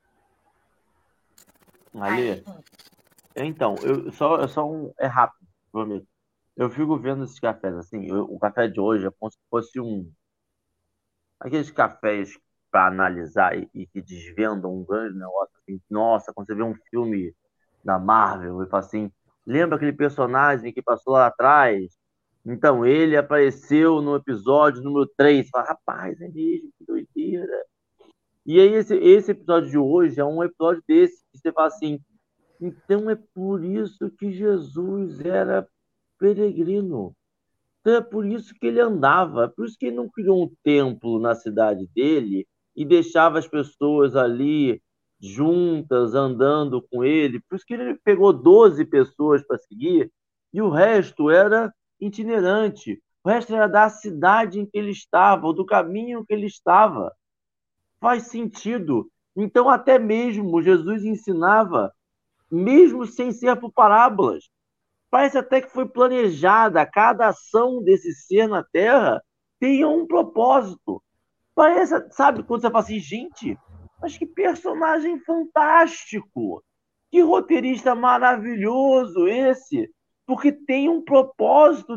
Ali, então, é rápido, prometo. Eu fico vendo esses cafés assim, o café de hoje é como se fosse aqueles cafés para analisar e que desvendam um grande negócio. Assim, nossa, quando você vê um filme da Marvel e fala assim, lembra aquele personagem que passou lá atrás? Então, ele apareceu no episódio número 3. Você fala, rapaz, é mesmo, que doideira. E aí, esse episódio de hoje é um episódio desse, que você fala assim, então é por isso que Jesus era peregrino. Então é por isso que ele andava, por isso que ele não criou um templo na cidade dele e deixava as pessoas ali juntas, andando com ele. Por isso que ele pegou 12 pessoas para seguir e o resto era itinerante. O resto era da cidade em que ele estava, ou do caminho que ele estava. Faz sentido. Então, até mesmo Jesus ensinava, mesmo sem ser por parábolas. Parece até que foi planejada, cada ação desse ser na Terra tinha um propósito. Parece, sabe, quando você fala assim, gente, mas que personagem fantástico! Que roteirista maravilhoso esse! Porque tem um propósito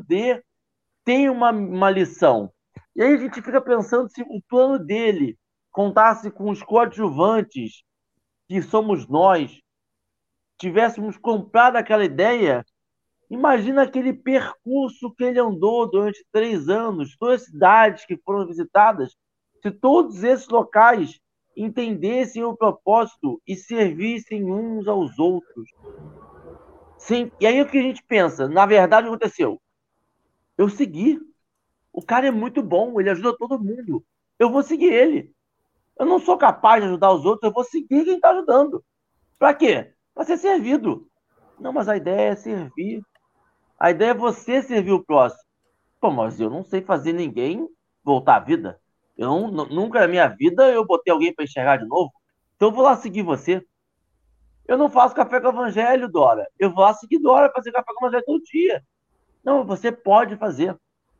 tem uma lição. E aí a gente fica pensando se o plano dele contasse com os coadjuvantes, que somos nós, tivéssemos comprado aquela ideia. Imagina aquele percurso que ele andou durante 3 anos, todas as cidades que foram visitadas, se todos esses locais entendessem o propósito e servissem uns aos outros. Sim, e aí o que a gente pensa? Na verdade, aconteceu. Eu segui. O cara é muito bom, ele ajuda todo mundo. Eu vou seguir ele. Eu não sou capaz de ajudar os outros, eu vou seguir quem está ajudando. Para quê? Para ser servido. Não, mas a ideia é servir. A ideia é você servir o próximo. Pô, mas eu não sei fazer ninguém voltar à vida. Nunca na minha vida eu botei alguém para enxergar de novo. Então eu vou lá seguir você. Eu não faço café com o evangelho, Dora. Eu vou lá seguir Dora para fazer café com o evangelho todo dia. Não, você pode fazer.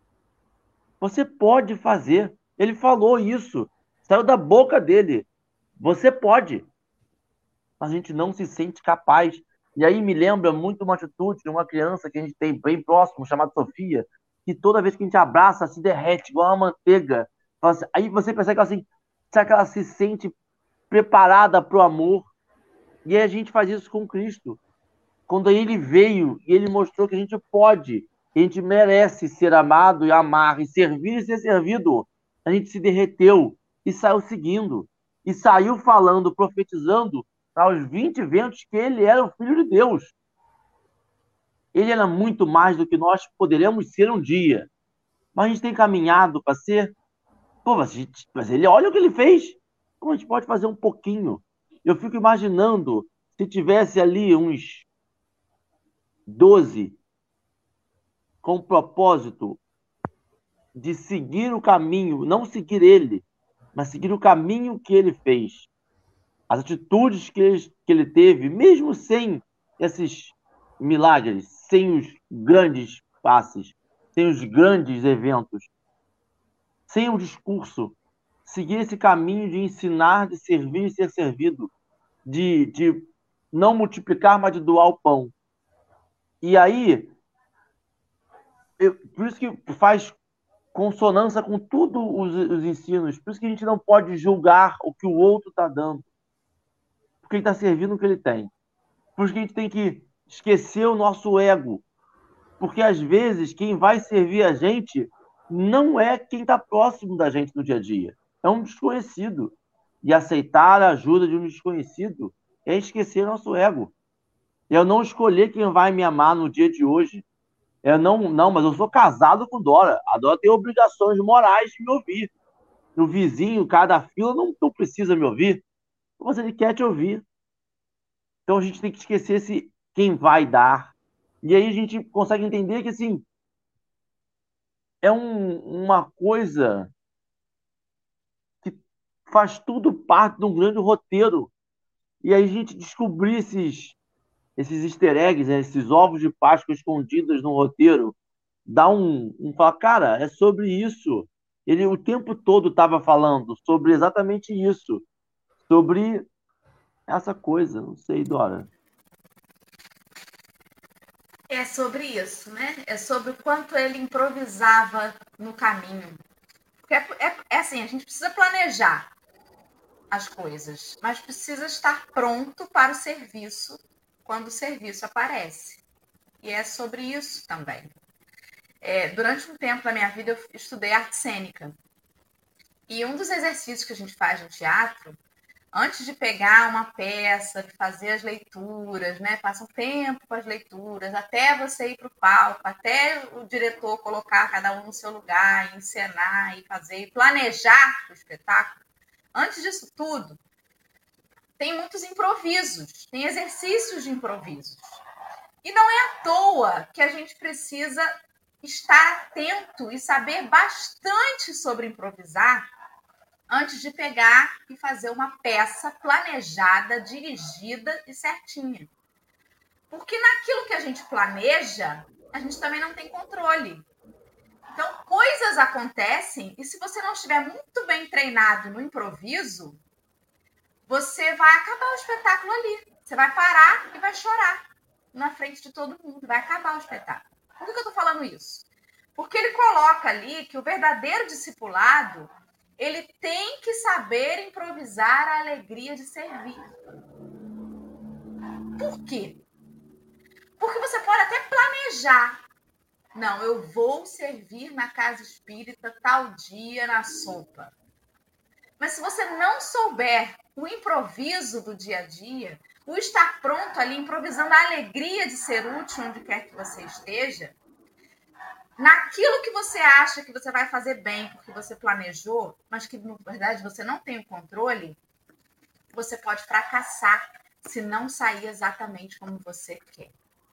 Você pode fazer. Ele falou isso. Saiu da boca dele. Você pode. Mas a gente não se sente capaz. E aí me lembra muito uma atitude de uma criança que a gente tem bem próximo, chamada Sofia, que toda vez que a gente abraça, se derrete igual uma manteiga. Aí você percebe que ela, assim, será que ela se sente preparada para o amor? E aí a gente faz isso com Cristo. Quando ele veio e ele mostrou que a gente pode, que a gente merece ser amado e amar, e servir e ser servido, a gente se derreteu e saiu seguindo. E saiu falando, profetizando aos 20 ventos que ele era o Filho de Deus. Ele era muito mais do que nós poderemos ser um dia. Mas a gente tem caminhado para ser. Pô, mas ele olha o que ele fez. Como a gente pode fazer um pouquinho? Eu fico imaginando se tivesse ali uns 12 com o propósito de seguir o caminho, não seguir ele, mas seguir o caminho que ele fez. As atitudes que ele teve, mesmo sem esses milagres, sem os grandes passes, sem os grandes eventos, sem o discurso, seguir esse caminho de ensinar, de servir e ser servido, de não multiplicar, mas de doar o pão. E aí, por isso que faz consonância com tudo os ensinos, por isso que a gente não pode julgar o que o outro está dando, porque ele está servindo o que ele tem. Por isso que a gente tem que esquecer o nosso ego, porque às vezes quem vai servir a gente não é quem está próximo da gente no dia a dia, é um desconhecido. E aceitar a ajuda de um desconhecido é esquecer nosso ego. Eu não escolher quem vai me amar no dia de hoje. Eu não, mas eu sou casado com Dora. A Dora tem obrigações morais de me ouvir. O vizinho, cada fila, não precisa me ouvir, mas ele quer te ouvir. Então a gente tem que esquecer quem vai dar. E aí a gente consegue entender que, assim, é uma coisa que faz tudo parte de um grande roteiro. E aí a gente descobrir esses easter eggs, né, esses ovos de Páscoa escondidos no roteiro, dá fala, cara, é sobre isso. Ele o tempo todo estava falando sobre exatamente isso, sobre essa coisa. Não sei, Dora. É sobre isso, né? É sobre o quanto ele improvisava no caminho. Porque é assim, a gente precisa planejar. as coisas, mas precisa estar pronto para o serviço quando o serviço aparece. E é sobre isso também. Durante um tempo da minha vida, eu estudei arte cênica. E um dos exercícios que a gente faz no teatro, antes de pegar uma peça, de fazer as leituras, né? Passa um tempo com as leituras, até você ir para o palco, até o diretor colocar cada um no seu lugar, encenar e fazer, e planejar o espetáculo. Antes disso tudo, tem muitos improvisos, tem exercícios de improvisos. E não é à toa que a gente precisa estar atento e saber bastante sobre improvisar antes de pegar e fazer uma peça planejada, dirigida e certinha. Porque naquilo que a gente planeja, a gente também não tem controle. Então, coisas acontecem e se você não estiver muito bem treinado no improviso, você vai acabar o espetáculo ali. Você vai parar e vai chorar na frente de todo mundo. Vai acabar o espetáculo. Por que eu estou falando isso? Porque ele coloca ali que o verdadeiro discipulado, ele tem que saber improvisar a alegria de servir. Por quê? Porque você pode até planejar. Não, eu vou servir na casa espírita tal dia na sopa. Mas se você não souber o improviso do dia a dia, o estar pronto ali, improvisando a alegria de ser útil onde quer que você esteja, naquilo que você acha que você vai fazer bem porque você planejou, mas que, na verdade, você não tem o controle, você pode fracassar se não sair exatamente como você quer.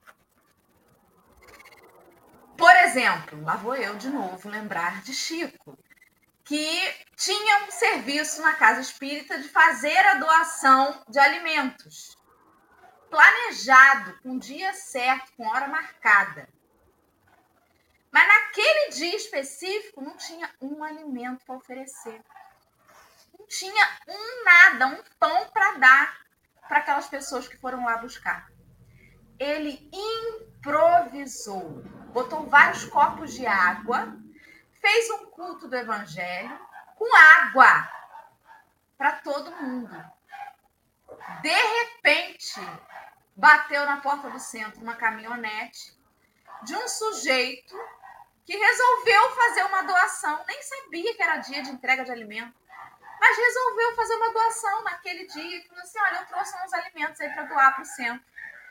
Por exemplo, lá vou eu de novo lembrar de Chico, que tinha um serviço na casa espírita de fazer a doação de alimentos. Planejado, com dia certo, com hora marcada. Mas naquele dia específico não tinha um alimento para oferecer. Não tinha nada, um pão para dar para aquelas pessoas que foram lá buscar. Ele improvisou, botou vários copos de água, fez um culto do evangelho com água para todo mundo. De repente, bateu na porta do centro uma caminhonete de um sujeito que resolveu fazer uma doação, nem sabia que era dia de entrega de alimento, mas resolveu fazer uma doação naquele dia e falou assim, olha, eu trouxe uns alimentos aí para doar para o centro.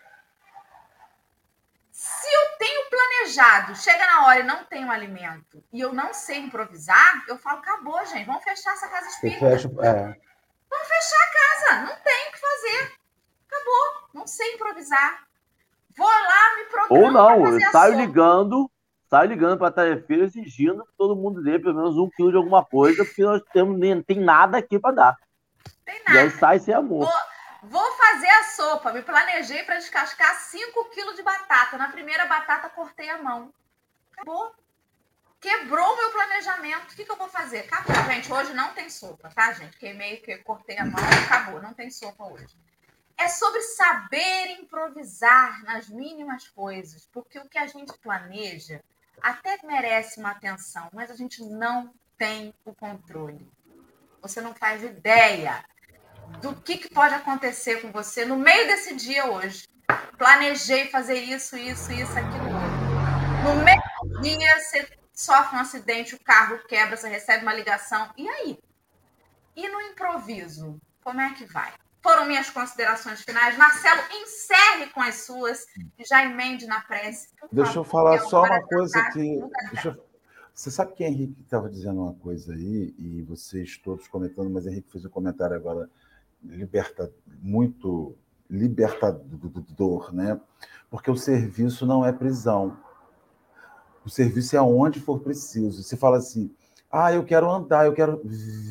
Se eu tenho planejado, chega na hora e não tenho alimento, e eu não sei improvisar, eu falo, acabou, gente, vamos fechar essa casa espírita. Vamos fechar a casa, não tem o que fazer. Acabou, não sei improvisar. Vou lá, me programo. Ou não, eu saio ligando para a tarefeira exigindo que todo mundo dê pelo menos 1 quilo de alguma coisa, porque nós nem tem nada aqui para dar. Tem nada. E aí sai sem amor. Vou fazer a sopa. Me planejei para descascar 5 quilos de batata. Na primeira batata, cortei a mão. Acabou. Quebrou o meu planejamento. O que eu vou fazer? Acabou, gente. Hoje não tem sopa, tá, gente? Cortei a mão. Acabou. Não tem sopa hoje. É sobre saber improvisar nas mínimas coisas. Porque o que a gente planeja até merece uma atenção, mas a gente não tem o controle. Você não faz ideia do que pode acontecer com você no meio desse dia hoje. Planejei fazer isso, aquilo, outro. No meio do dia, você sofre um acidente, o carro quebra, você recebe uma ligação. E aí? E no improviso? Como é que vai? Foram minhas considerações finais. Marcelo, encerre com as suas e já emende na prece. Deixa eu falar só uma coisa aqui. Você sabe que Henrique estava dizendo uma coisa aí, e vocês todos comentando, mas Henrique fez um comentário agora muito libertador, né? Porque o serviço não é prisão. O serviço é aonde for preciso. Você fala assim, eu quero andar, eu quero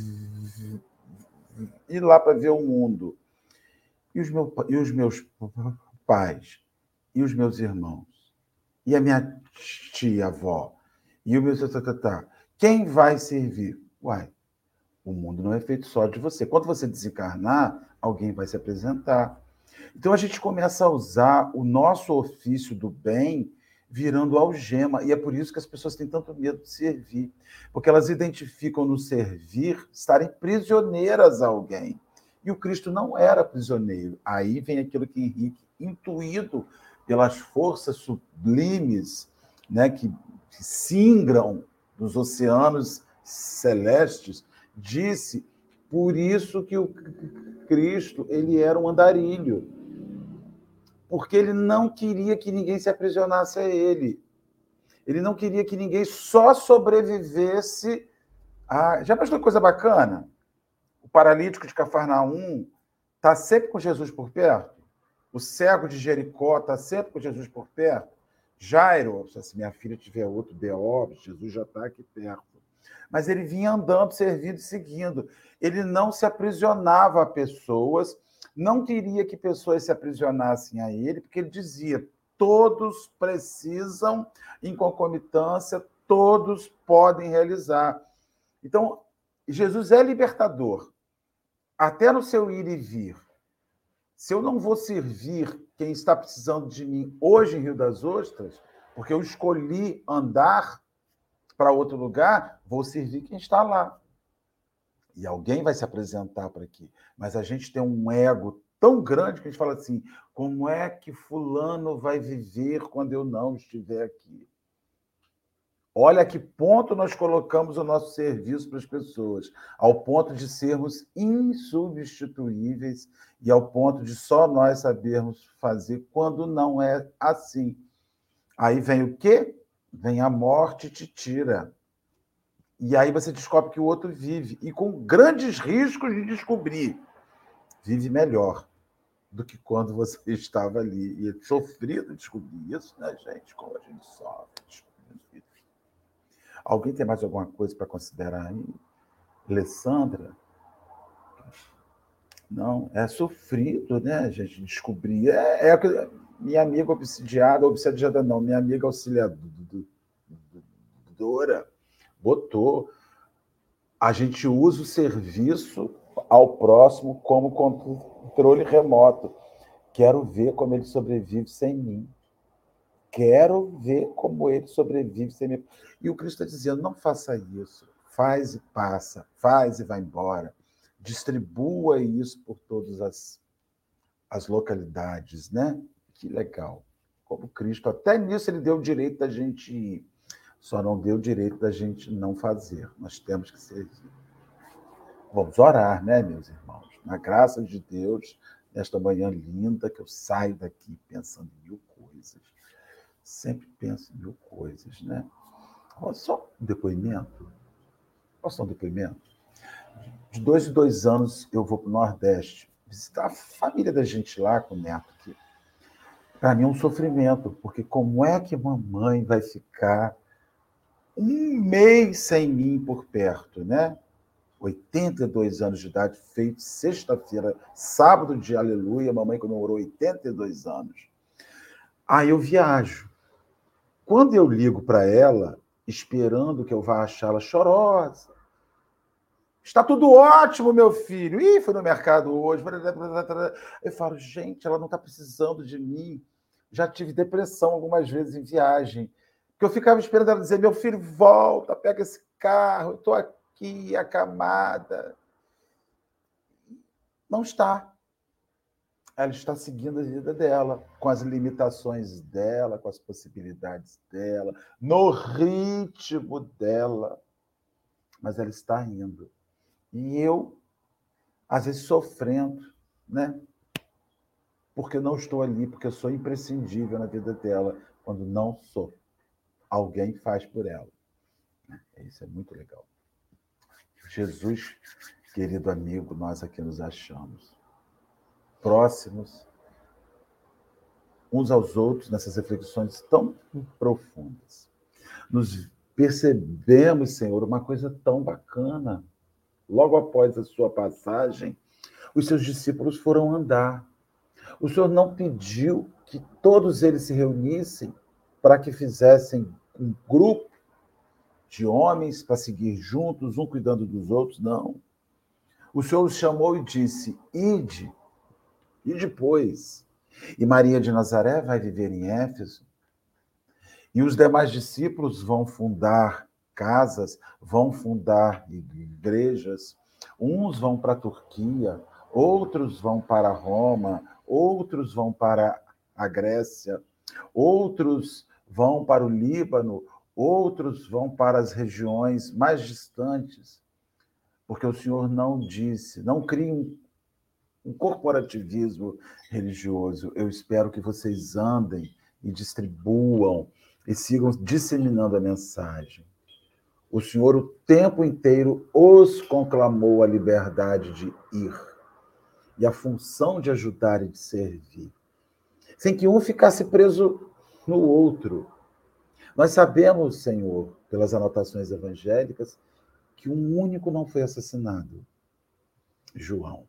ir lá para ver o mundo. E os meus pais, e os meus irmãos, e a minha tia-avó, e o meu... Quem vai servir? O mundo não é feito só de você. Quando você desencarnar, alguém vai se apresentar. Então, a gente começa a usar o nosso ofício do bem virando algema. E é por isso que as pessoas têm tanto medo de servir. Porque elas identificam no servir estarem prisioneiras a alguém. E o Cristo não era prisioneiro. Aí vem aquilo que Henrique, intuído pelas forças sublimes, né, que singram nos oceanos celestes, disse, por isso que o Cristo ele era um andarilho, porque ele não queria que ninguém se aprisionasse a ele. Ele não queria que ninguém só sobrevivesse a... Já imaginou que coisa bacana? O paralítico de Cafarnaum está sempre com Jesus por perto? O cego de Jericó está sempre com Jesus por perto? Jairo, se minha filha tiver outro B.O., Jesus já está aqui perto. Mas ele vinha andando, servindo e seguindo. Ele não se aprisionava a pessoas, não queria que pessoas se aprisionassem a ele, porque ele dizia, todos precisam, em concomitância, todos podem realizar. Então, Jesus é libertador, até no seu ir e vir. Se eu não vou servir quem está precisando de mim hoje em Rio das Ostras, porque eu escolhi andar para outro lugar, vou servir quem está lá. E alguém vai se apresentar para aqui. Mas a gente tem um ego tão grande que a gente fala assim, como é que fulano vai viver quando eu não estiver aqui? Olha a que ponto nós colocamos o nosso serviço para as pessoas, ao ponto de sermos insubstituíveis e ao ponto de só nós sabermos fazer quando não é assim. Aí vem o quê? Vem a morte e te tira. E aí você descobre que o outro vive, e com grandes riscos de descobrir, vive melhor do que quando você estava ali. E é sofrido descobrir isso, né, gente? Como a gente sofre. Alguém tem mais alguma coisa para considerar aí? Alessandra? Não, é sofrido, né, gente? Descobrir. Minha amiga obsidiada não, minha amiga auxiliadora botou. A gente usa o serviço ao próximo como controle remoto. Quero ver como ele sobrevive sem mim. Quero ver como ele sobrevive sem mim. E o Cristo está dizendo, não faça isso. Faz e passa. Faz e vai embora. Distribua isso por todas as localidades, né? Que legal. Como Cristo, até nisso ele deu o direito da gente ir. Só não deu o direito da gente não fazer. Nós temos que servir. Vamos orar, né, meus irmãos? Na graça de Deus, nesta manhã linda, que eu saio daqui pensando em 1000 coisas. Sempre penso em 1000 coisas, né? Só um depoimento. Posso dar um depoimento? De 2 em 2 anos, eu vou para o Nordeste visitar a família da gente lá, com o neto aqui. Para mim é um sofrimento, porque como é que mamãe vai ficar 1 mês sem mim por perto, né? 82 anos de idade, feito sexta-feira, sábado de aleluia, mamãe comemorou 82 anos. Aí eu viajo. Quando eu ligo para ela, esperando que eu vá achá-la chorosa, está tudo ótimo, meu filho. Ih, fui no mercado hoje. Eu falo, gente, ela não está precisando de mim. Já tive depressão algumas vezes em viagem. Porque eu ficava esperando ela dizer, meu filho, volta, pega esse carro, eu estou aqui, acamada. Não está. Ela está seguindo a vida dela, com as limitações dela, com as possibilidades dela, no ritmo dela. Mas ela está indo. E eu, às vezes, sofrendo, né? Porque não estou ali, porque eu sou imprescindível na vida dela, quando não sou. Alguém faz por ela. Isso é muito legal. Jesus, querido amigo, nós aqui nos achamos próximos uns aos outros nessas reflexões tão profundas. Nos percebemos, Senhor, uma coisa tão bacana. Logo após a sua passagem, os seus discípulos foram andar. O Senhor não pediu que todos eles se reunissem para que fizessem um grupo de homens para seguir juntos, um cuidando dos outros, não. O Senhor os chamou e disse, ide, e depois. E Maria de Nazaré vai viver em Éfeso, e os demais discípulos vão fundar casas, vão fundar igrejas, uns vão para a Turquia, outros vão para Roma, outros vão para a Grécia, outros vão para o Líbano, outros vão para as regiões mais distantes, porque o Senhor não disse, não crie um corporativismo religioso. Eu espero que vocês andem e distribuam e sigam disseminando a mensagem. O Senhor o tempo inteiro os conclamou a liberdade de ir e a função de ajudar e de servir, sem que um ficasse preso no outro. Nós sabemos, Senhor, pelas anotações evangélicas, que um único não foi assassinado, João.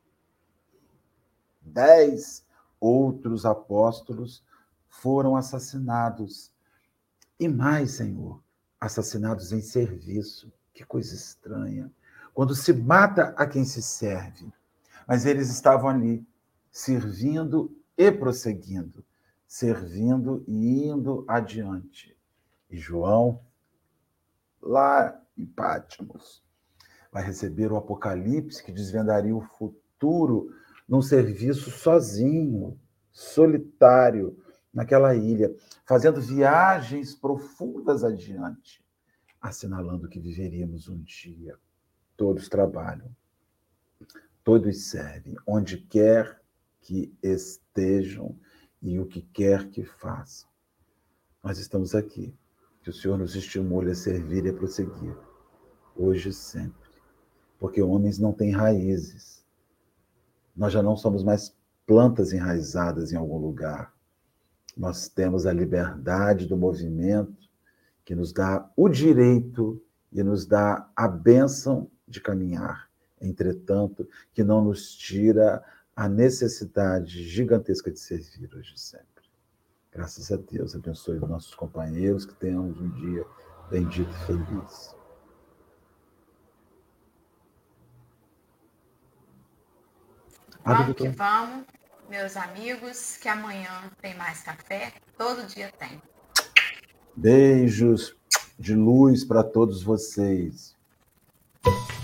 10 outros apóstolos foram assassinados. E mais, Senhor, assassinados em serviço. Que coisa estranha. Quando se mata a quem se serve. Mas eles estavam ali, servindo e prosseguindo, servindo e indo adiante. E João, lá em Patmos, vai receber o Apocalipse, que desvendaria o futuro num serviço sozinho, solitário, naquela ilha, fazendo viagens profundas adiante, assinalando que viveríamos um dia. Todos trabalham, todos servem, onde quer que estejam e o que quer que façam. Nós estamos aqui. Que o Senhor nos estimule a servir e a prosseguir, hoje e sempre. Porque homens não têm raízes. Nós já não somos mais plantas enraizadas em algum lugar. Nós temos a liberdade do movimento que nos dá o direito e nos dá a bênção de caminhar. Entretanto, que não nos tira a necessidade gigantesca de servir hoje e sempre. Graças a Deus, abençoe os nossos companheiros, que tenhamos um dia bendito e feliz. Vamos que vamos, meus amigos, que amanhã tem mais café, todo dia tem. Beijos de luz para todos vocês.